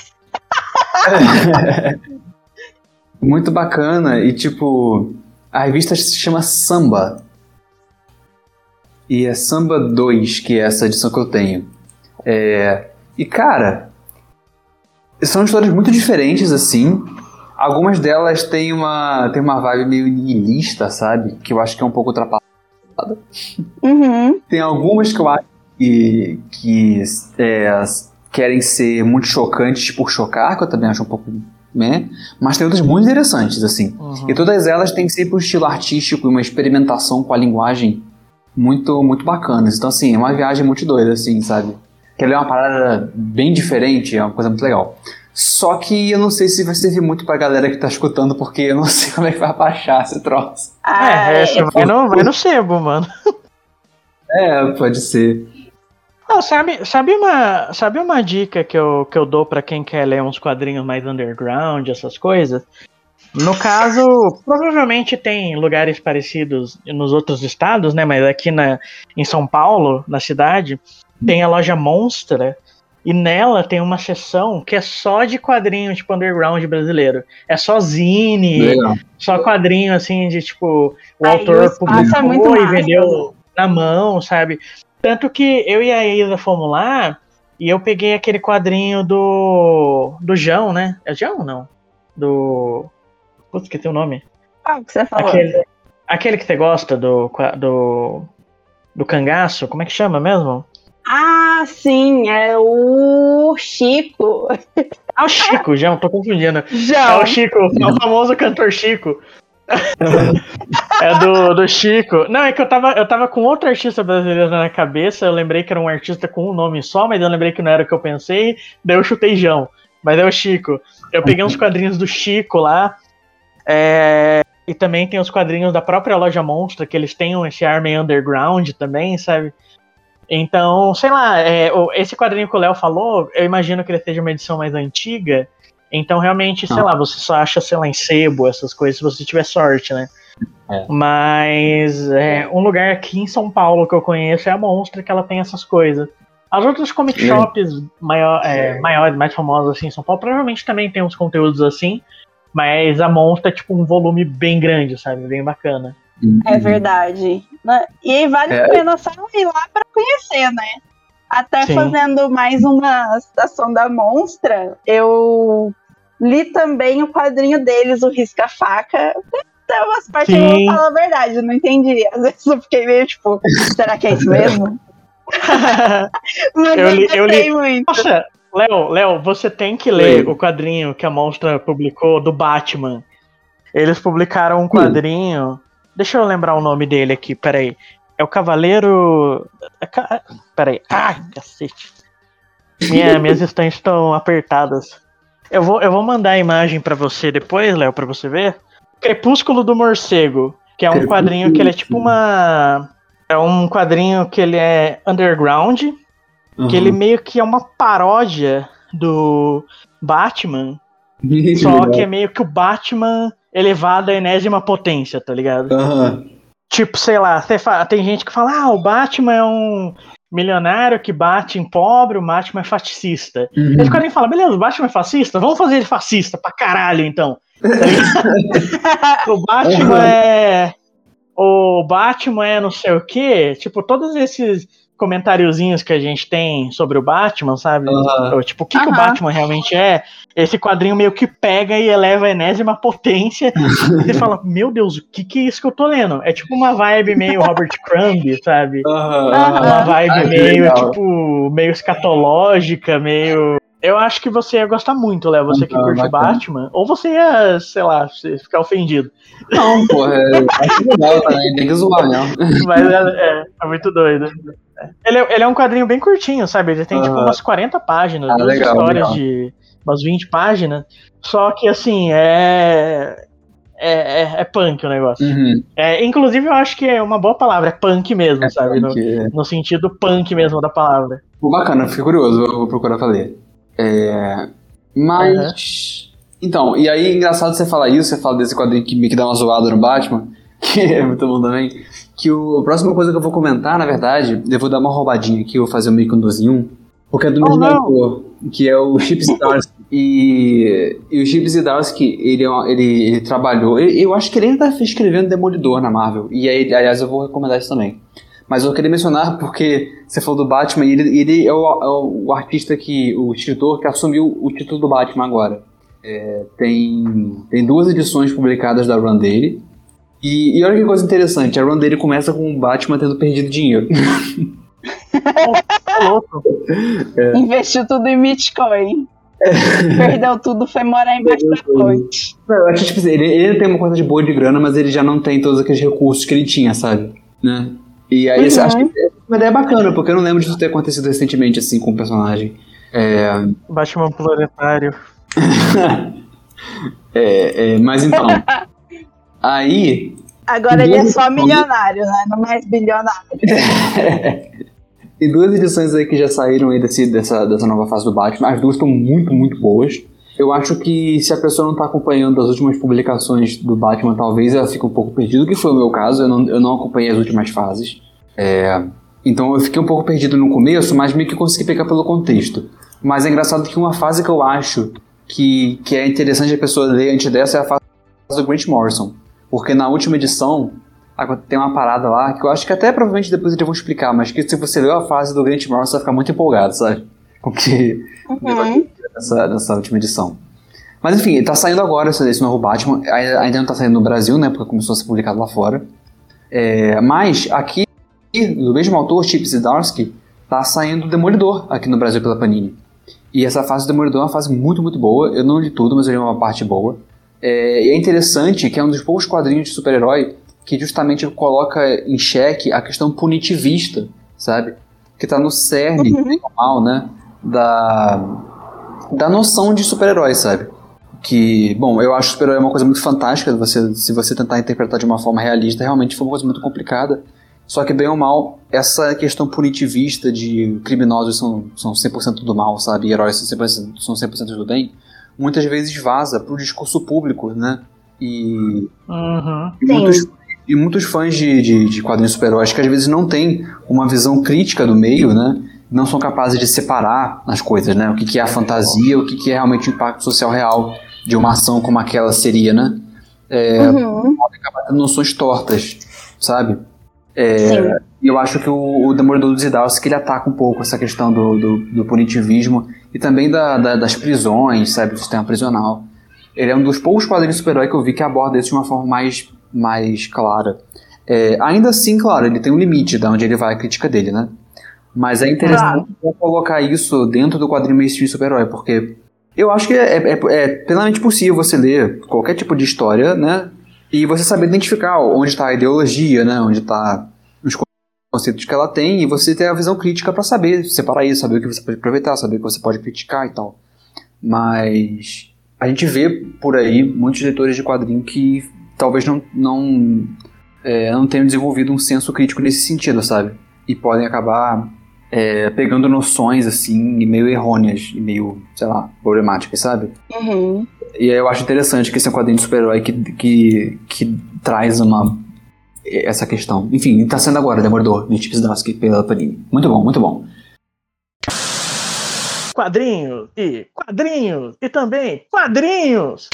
Muito bacana. E tipo, a revista se chama Samba. E é Samba dois, que é essa edição que eu tenho. É, e cara, são histórias muito diferentes, assim. Algumas delas têm uma, têm uma vibe meio nihilista, sabe? Que eu acho que é um pouco ultrapassada. Uhum. Tem algumas que eu acho que, que é, querem ser muito chocantes por chocar, que eu também acho um pouco... Né? Mas tem outras muito interessantes, assim. Uhum. E todas elas têm sempre um estilo artístico e uma experimentação com a linguagem muito, muito bacanas. Então, assim, é uma viagem muito doida, assim, sabe? Que ela é uma parada bem diferente, é uma coisa muito legal. Só que eu não sei se vai servir muito pra galera que tá escutando, porque eu não sei como é que vai baixar esse troço. Ah, É, essa vai no, vai no sebo, mano. É, pode ser. Não, sabe, sabe, uma, sabe uma dica que eu, que eu dou pra quem quer ler uns quadrinhos mais underground, essas coisas? No caso, provavelmente tem lugares parecidos nos outros estados, né? Mas aqui na, em São Paulo, na cidade, tem a loja Monstra. E nela tem uma seção que é só de quadrinho, tipo, underground brasileiro. É só zine, Legal. só quadrinho, assim, de, tipo, o Ai, autor o espaço é muito publicou e massa. vendeu na mão, sabe? Tanto que eu e a Isa fomos lá e eu peguei aquele quadrinho do do João, né? É João, não? Do... Putz, que tem o nome. Qual que você falou? Aquele, aquele que você gosta do, do, do cangaço, como é que chama mesmo? Ah, sim, é o Chico. Ah, o Chico, já, tô confundindo. É João. o Chico, é o famoso cantor Chico. É do, do Chico. Não, é que eu tava, eu tava com outro artista brasileiro na cabeça. Eu lembrei que era um artista com um nome só, mas eu lembrei que não era o que eu pensei. Daí eu chutei João. Mas é o Chico. Eu peguei uns quadrinhos do Chico lá. É, e também tem os quadrinhos da própria loja Monstra, que eles têm esse ar meio underground também, sabe? Então, sei lá, é, esse quadrinho que o Léo falou, eu imagino que ele seja uma edição mais antiga. Então, realmente, sei Ah. lá, você só acha, sei lá, em sebo, essas coisas, se você tiver sorte, né? É. Mas é, um lugar aqui em São Paulo que eu conheço é a Monstra, que ela tem essas coisas. As outras comic É. shops maior, é, maiores, mais famosas assim em São Paulo, provavelmente também tem uns conteúdos assim, mas a Monstra é tipo um volume bem grande, sabe? Bem bacana. É verdade. Né? E aí vale É. a pena só ir lá pra conhecer, né? Até Sim. fazendo mais uma citação da Monstra, eu li também o quadrinho deles, o Risca-Faca. Tem umas partes que eu Sim. vou falar a verdade, eu não entendi. Às vezes eu fiquei meio tipo, será que é isso mesmo? Mas Eu eu, li- eu gostei li- muito. Nossa, Léo, Léo, você tem que ler Oi. o quadrinho que a Monstra publicou do Batman. Eles publicaram um quadrinho. Deixa eu lembrar o nome dele aqui, peraí. É o Cavaleiro. é ca- Peraí. Ai, cacete. Minha, minhas estantes estão apertadas. Eu vou, eu vou mandar a imagem pra você depois, Léo, pra você ver. Crepúsculo do Morcego. Que é um quadrinho que ele é tipo uma... É um quadrinho que ele é underground, uhum. que ele meio que é uma paródia do Batman, só que é meio que o Batman elevado à enésima potência, tá ligado? Uhum. Tipo, sei lá, fala, tem gente que fala, ah, o Batman é um milionário que bate em pobre, o Batman é fascista. Uhum. Aí o cara fala, beleza, o Batman é fascista? Vamos fazer ele fascista pra caralho, então. Tá o Batman uhum. é... O Batman é não sei o quê. Tipo, todos esses comentáriozinhos que a gente tem sobre o Batman, sabe? Uhum. Tipo, o que, uhum. que o Batman realmente é? Esse quadrinho meio que pega e eleva a enésima potência. E você fala, meu Deus, o que, que é isso que eu tô lendo? É tipo uma vibe meio Robert Crumb, sabe? Uhum. Uma vibe Ai, meio, tipo, meio escatológica, meio... Eu acho que você ia gostar muito, Léo, você que curte Batman. Ou você ia, sei lá, ficar ofendido. Não, porra, eu acho legal também, tem que zoar mesmo. Mas é, é, é muito doido. Ele é, ele é um quadrinho bem curtinho, sabe? Ele tem, uhum. tipo, umas quarenta páginas, ah, duas legal, histórias legal. de umas vinte páginas. Só que, assim, é... É, é, é punk o negócio. Uhum. É, inclusive, eu acho que é uma boa palavra, é punk mesmo, é sabe? Punk, no, é. no sentido punk mesmo da palavra. Pô, bacana, fiquei curioso, eu vou procurar pra ler. É, mas... Uhum. Então, e aí, engraçado você falar isso, você fala desse quadrinho que meio que dá uma zoada no Batman, que é muito bom também, que o, a próxima coisa que eu vou comentar, na verdade, eu vou dar uma roubadinha aqui, eu vou fazer meio que um dozinho, porque é do mesmo autor, que é o Chip Zdarsky. e, e o Chip Zdarsky, ele, ele, ele trabalhou, ele, eu acho que ele ainda tá escrevendo Demolidor na Marvel, e aí, aliás, eu vou recomendar isso também. Mas eu queria mencionar porque você falou do Batman, e ele, ele é, o, é o artista que, o escritor que assumiu o título do Batman agora. É, tem, tem duas edições publicadas da run dele. E, e olha que coisa interessante, a run dele começa com o Batman tendo perdido dinheiro. é. Investiu tudo em Bitcoin. É. Perdeu tudo, foi morar embaixo da ponte. Eu acho que tipo, ele, ele tem uma conta de boa de grana, mas ele já não tem todos aqueles recursos que ele tinha, sabe? Né? E aí uhum. acho que é uma ideia bacana, porque eu não lembro disso ter acontecido recentemente assim com o personagem. É... Batman planetário. é, é, mas então. Aí. Agora ele é só milionário, né? Não mais bilionário. Tem duas edições aí que já saíram aí desse, dessa, dessa nova fase do Batman. As duas estão muito, muito boas. Eu acho que se a pessoa não está acompanhando as últimas publicações do Batman, talvez ela fique um pouco perdida, que foi o meu caso. Eu não, eu não acompanhei as últimas fases. É, então eu fiquei um pouco perdido no começo, mas meio que consegui pegar pelo contexto. Mas é engraçado que uma fase que eu acho que, que é interessante a pessoa ler antes dessa é a fase do Grant Morrison. Porque na última edição tem uma parada lá que eu acho que até provavelmente depois eles vão explicar, mas que se você ler a fase do Grant Morrison você vai ficar muito empolgado, sabe? Porque uhum. nessa, nessa última edição. Mas enfim, tá saindo agora esse, esse novo Batman, ainda não tá saindo no Brasil, né? Porque começou a ser publicado lá fora. É, mas aqui, do mesmo autor, Chip Zdarsky, tá saindo Demolidor aqui no Brasil pela Panini. E essa fase do Demolidor é uma fase muito, muito boa. Eu não li tudo, mas eu li uma parte boa. É, e é interessante que é um dos poucos quadrinhos de super-herói que justamente coloca em xeque a questão punitivista, sabe? Que tá no cerne, uhum. normal, né? Da, da noção de super-herói, sabe? Que, bom, eu acho que super-herói é uma coisa muito fantástica. Você, se você tentar interpretar de uma forma realista, realmente foi uma coisa muito complicada. Só que, bem ou mal, essa questão punitivista de criminosos são, são cem por cento do mal, sabe? E heróis são cem por cento, são cem por cento do bem, muitas vezes vaza pro discurso público, né? E, uhum. e, muitos, e muitos fãs de, de, de quadrinhos super-heróis que às vezes não têm uma visão crítica do meio, né? Não são capazes de separar as coisas, né? O que, que é a fantasia, o que, que é realmente o impacto social real de uma ação como aquela seria, né? É, uhum. Podem acabar tendo noções tortas, sabe? É, eu acho que o, o Demolidor do Zdarsky, ele ataca um pouco essa questão do, do, do punitivismo e também da, da, das prisões, sabe, do sistema prisional. Ele é um dos poucos quadrinhos de super-herói que eu vi que aborda isso de uma forma mais, mais clara. É, ainda assim, claro, ele tem um limite de onde ele vai a crítica dele, né? Mas é interessante ah. colocar isso dentro do quadrinho mainstream super-herói, porque eu acho que é, é, é plenamente possível você ler qualquer tipo de história, né? E você saber identificar onde está a ideologia, né? Onde está os conceitos que ela tem, e você ter a visão crítica para saber separar isso, saber o que você pode aproveitar, saber o que você pode criticar e tal. Mas a gente vê por aí muitos leitores de quadrinho que talvez não, não, é, não tenham desenvolvido um senso crítico nesse sentido, sabe? E podem acabar é, pegando noções, assim, meio errôneas e meio, sei lá, problemáticas, sabe? Uhum. E aí eu acho interessante que esse é um quadrinho de super-herói que, que, que traz uma... essa questão. Enfim, tá sendo agora Demolidor, de Chip Zdarsky pela Panini. Muito bom, muito bom. Quadrinhos e quadrinhos e também quadrinhos.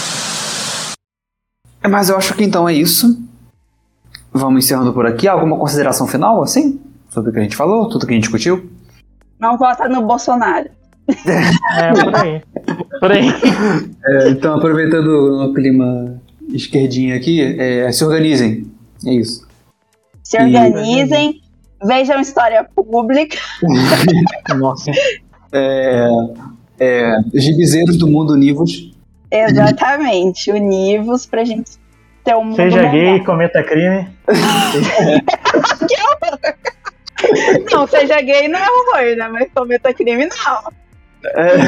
Mas eu acho que então é isso. Vamos encerrando por aqui. Alguma consideração final, assim? Sobre o que a gente falou, tudo que a gente discutiu? Não vota no Bolsonaro. É, por aí. Por aí. É, então, aproveitando o clima esquerdinho aqui, é, se organizem. É isso. Se organizem, e... vejam História Pública. Nossa. É, é, gibizeiros do mundo Univos. Exatamente, univos pra gente ter um mundo Seja normal. gay, cometa crime. Que horror! Não, seja gay não é horror, né? Mas cometa crime não. É.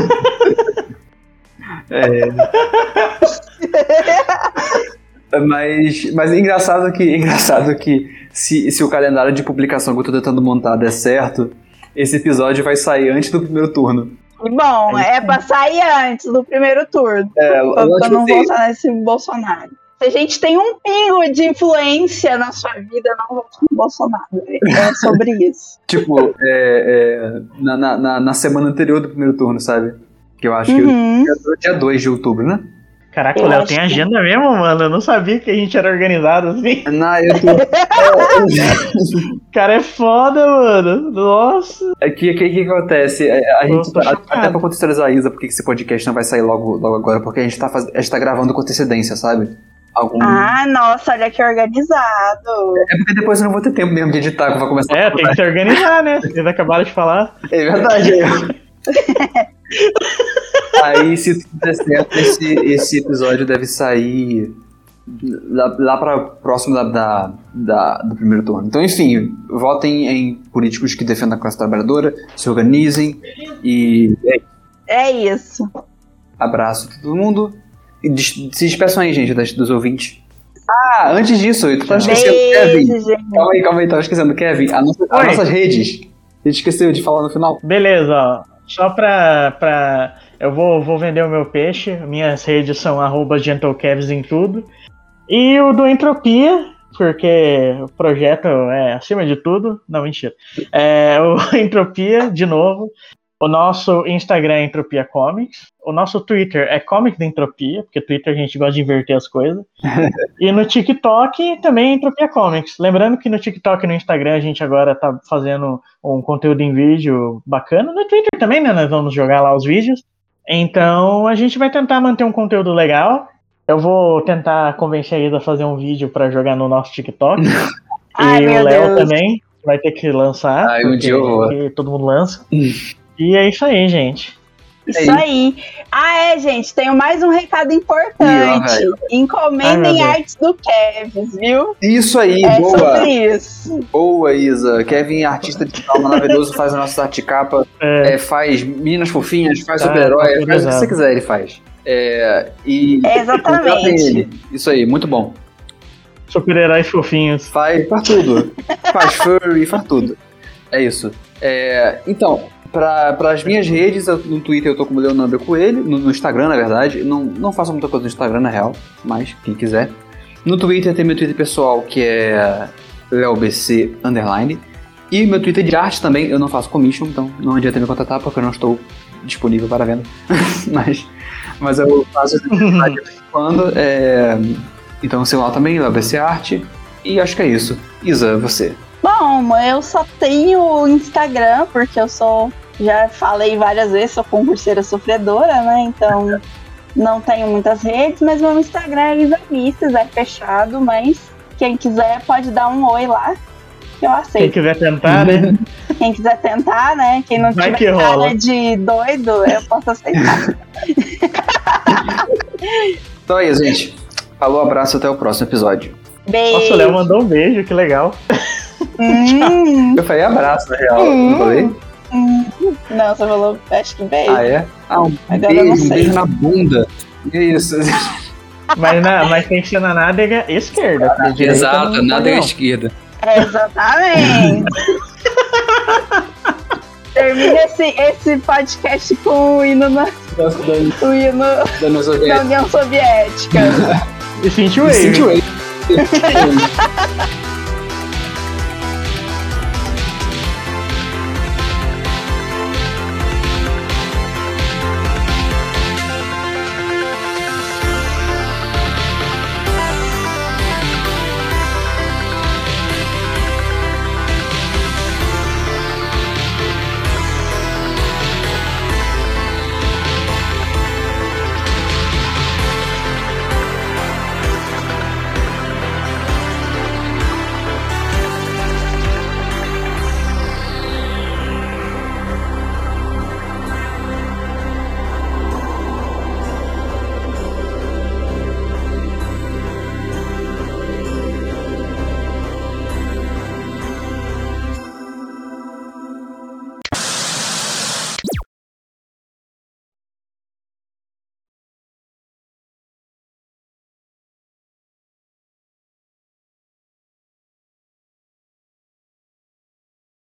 é. Mas, mas é engraçado que, é engraçado que se, se o calendário de publicação que eu tô tentando montar der certo, esse episódio vai sair antes do primeiro turno. Bom, é, é pra sair antes do primeiro turno. É, pra, pra não votar nesse Bolsonaro. Se a gente tem um pingo de influência na sua vida, não vote no Bolsonaro. É sobre isso. Tipo, é, é, na, na, na semana anterior do primeiro turno, sabe? Que eu acho Uhum. que é dia dois de outubro, né? Caraca, Eu o Léo acho tem que- agenda mesmo, mano. Eu não sabia que a gente era organizado assim. Não, eu tô... O cara é foda, mano. Nossa. É que o que, que acontece? É, A Eu gente, tô tá- chocado. até pra contextualizar a Isa, porque esse podcast não vai sair logo, logo agora, porque a gente, tá faz... a gente tá gravando com antecedência, sabe? Algum... Ah, nossa, olha que organizado. É porque depois eu não vou ter tempo mesmo de editar, que eu vou começar É, a... tem que se organizar, né? Vocês acabaram de falar. É verdade. Aí, se tudo der certo, esse, esse episódio deve sair lá, lá pra próximo da, da, da- do primeiro turno. Então, enfim, votem em políticos que defendam a classe trabalhadora, se organizem e É isso. abraço a todo mundo. E des- se despeçam aí, gente, das, dos ouvintes. Ah, antes disso, eu tava esquecendo, Kevin. Beijo, gente. Calma aí, calma aí, tava esquecendo, Kevin. A nossa- as Oi. nossas redes. A gente esqueceu de falar no final. Beleza, ó. Só pra. pra... Eu vou, vou vender o meu peixe. Minhas redes são arroba gentlekevs em tudo. E o do Entropia, porque o projeto é acima de tudo. Não, mentira. É o Entropia, de novo. O nosso Instagram é Entropia Comics. O nosso Twitter é Comics da Entropia, porque Twitter a gente gosta de inverter as coisas. E no TikTok também é Entropia Comics. Lembrando que no TikTok e no Instagram a gente agora tá fazendo um conteúdo em vídeo bacana. No Twitter também, né? Nós vamos jogar lá os vídeos. Então a gente vai tentar manter um conteúdo legal. Eu vou tentar convencer a Isa a fazer um vídeo pra jogar no nosso TikTok. Ai, e meu o Léo Deus. também vai ter que lançar. Ai, um porque dia eu vou. aqui todo mundo lança. E é isso aí, gente. Isso aí. Ah, é, gente, tenho mais um recado Ih, lá, importante. velho. Ai, Encomendem meu Deus. artes do Kevs, viu? Isso aí, É boa. sobre isso. Boa, Isa. Kevin, artista digital maravilhoso, faz a nossa arte capa, É, é, faz meninas fofinhas, faz Tá, super-herói, faz o que autorizado. você quiser, ele faz. É, e É, exatamente. contratem ele. Isso aí, muito bom. super-heróis fofinhos. Faz, faz tudo. Faz furry, faz tudo. É isso. É, então, para as minhas redes, eu- no Twitter eu tô como Leonardo Coelho, no, no Instagram, na verdade. Não, não faço muita coisa no Instagram, na real, mas quem quiser. No Twitter tem meu Twitter pessoal, que é leobc underline. E meu Twitter de arte também, eu não faço commission, então não adianta me contatar, porque eu não estou disponível para venda. mas, mas eu faço de vez em quando. É, então, sei lá também, leobc arte. E acho que é isso. Isa, você. Bom, eu só tenho Instagram, porque eu sou, já falei várias vezes, sou concurseira sofredora, né? Então não tenho muitas redes, mas meu Instagram é Isamistas, é fechado, mas quem quiser pode dar um oi lá, que eu Quem aceito. quiser tentar, né? Quem quiser tentar, né? Quem não Vai tiver que cara rola. de doido, eu posso aceitar. Então é isso, gente. Falou, abraço, até o próximo episódio. Beijo. Nossa, o Léo mandou um beijo, que legal. Hum, Eu falei abraço, na real. Não falei? hum. Não, você falou, acho que beijo. Ah, é? Ah, um Agora eu não beijo, um sei. beijo na bunda. Que isso? Mas, na, mas tem que ser na nádega esquerda. Ah, exato, a nádega esquerda. Exatamente. Termina esse, esse podcast com o hino, na, o hino da União Soviética. E Synthwave. Synthwave.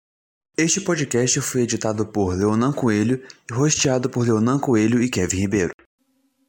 Este podcast foi editado por Leonan Coelho e rosteado por Leonan Coelho e Kevin Ribeiro.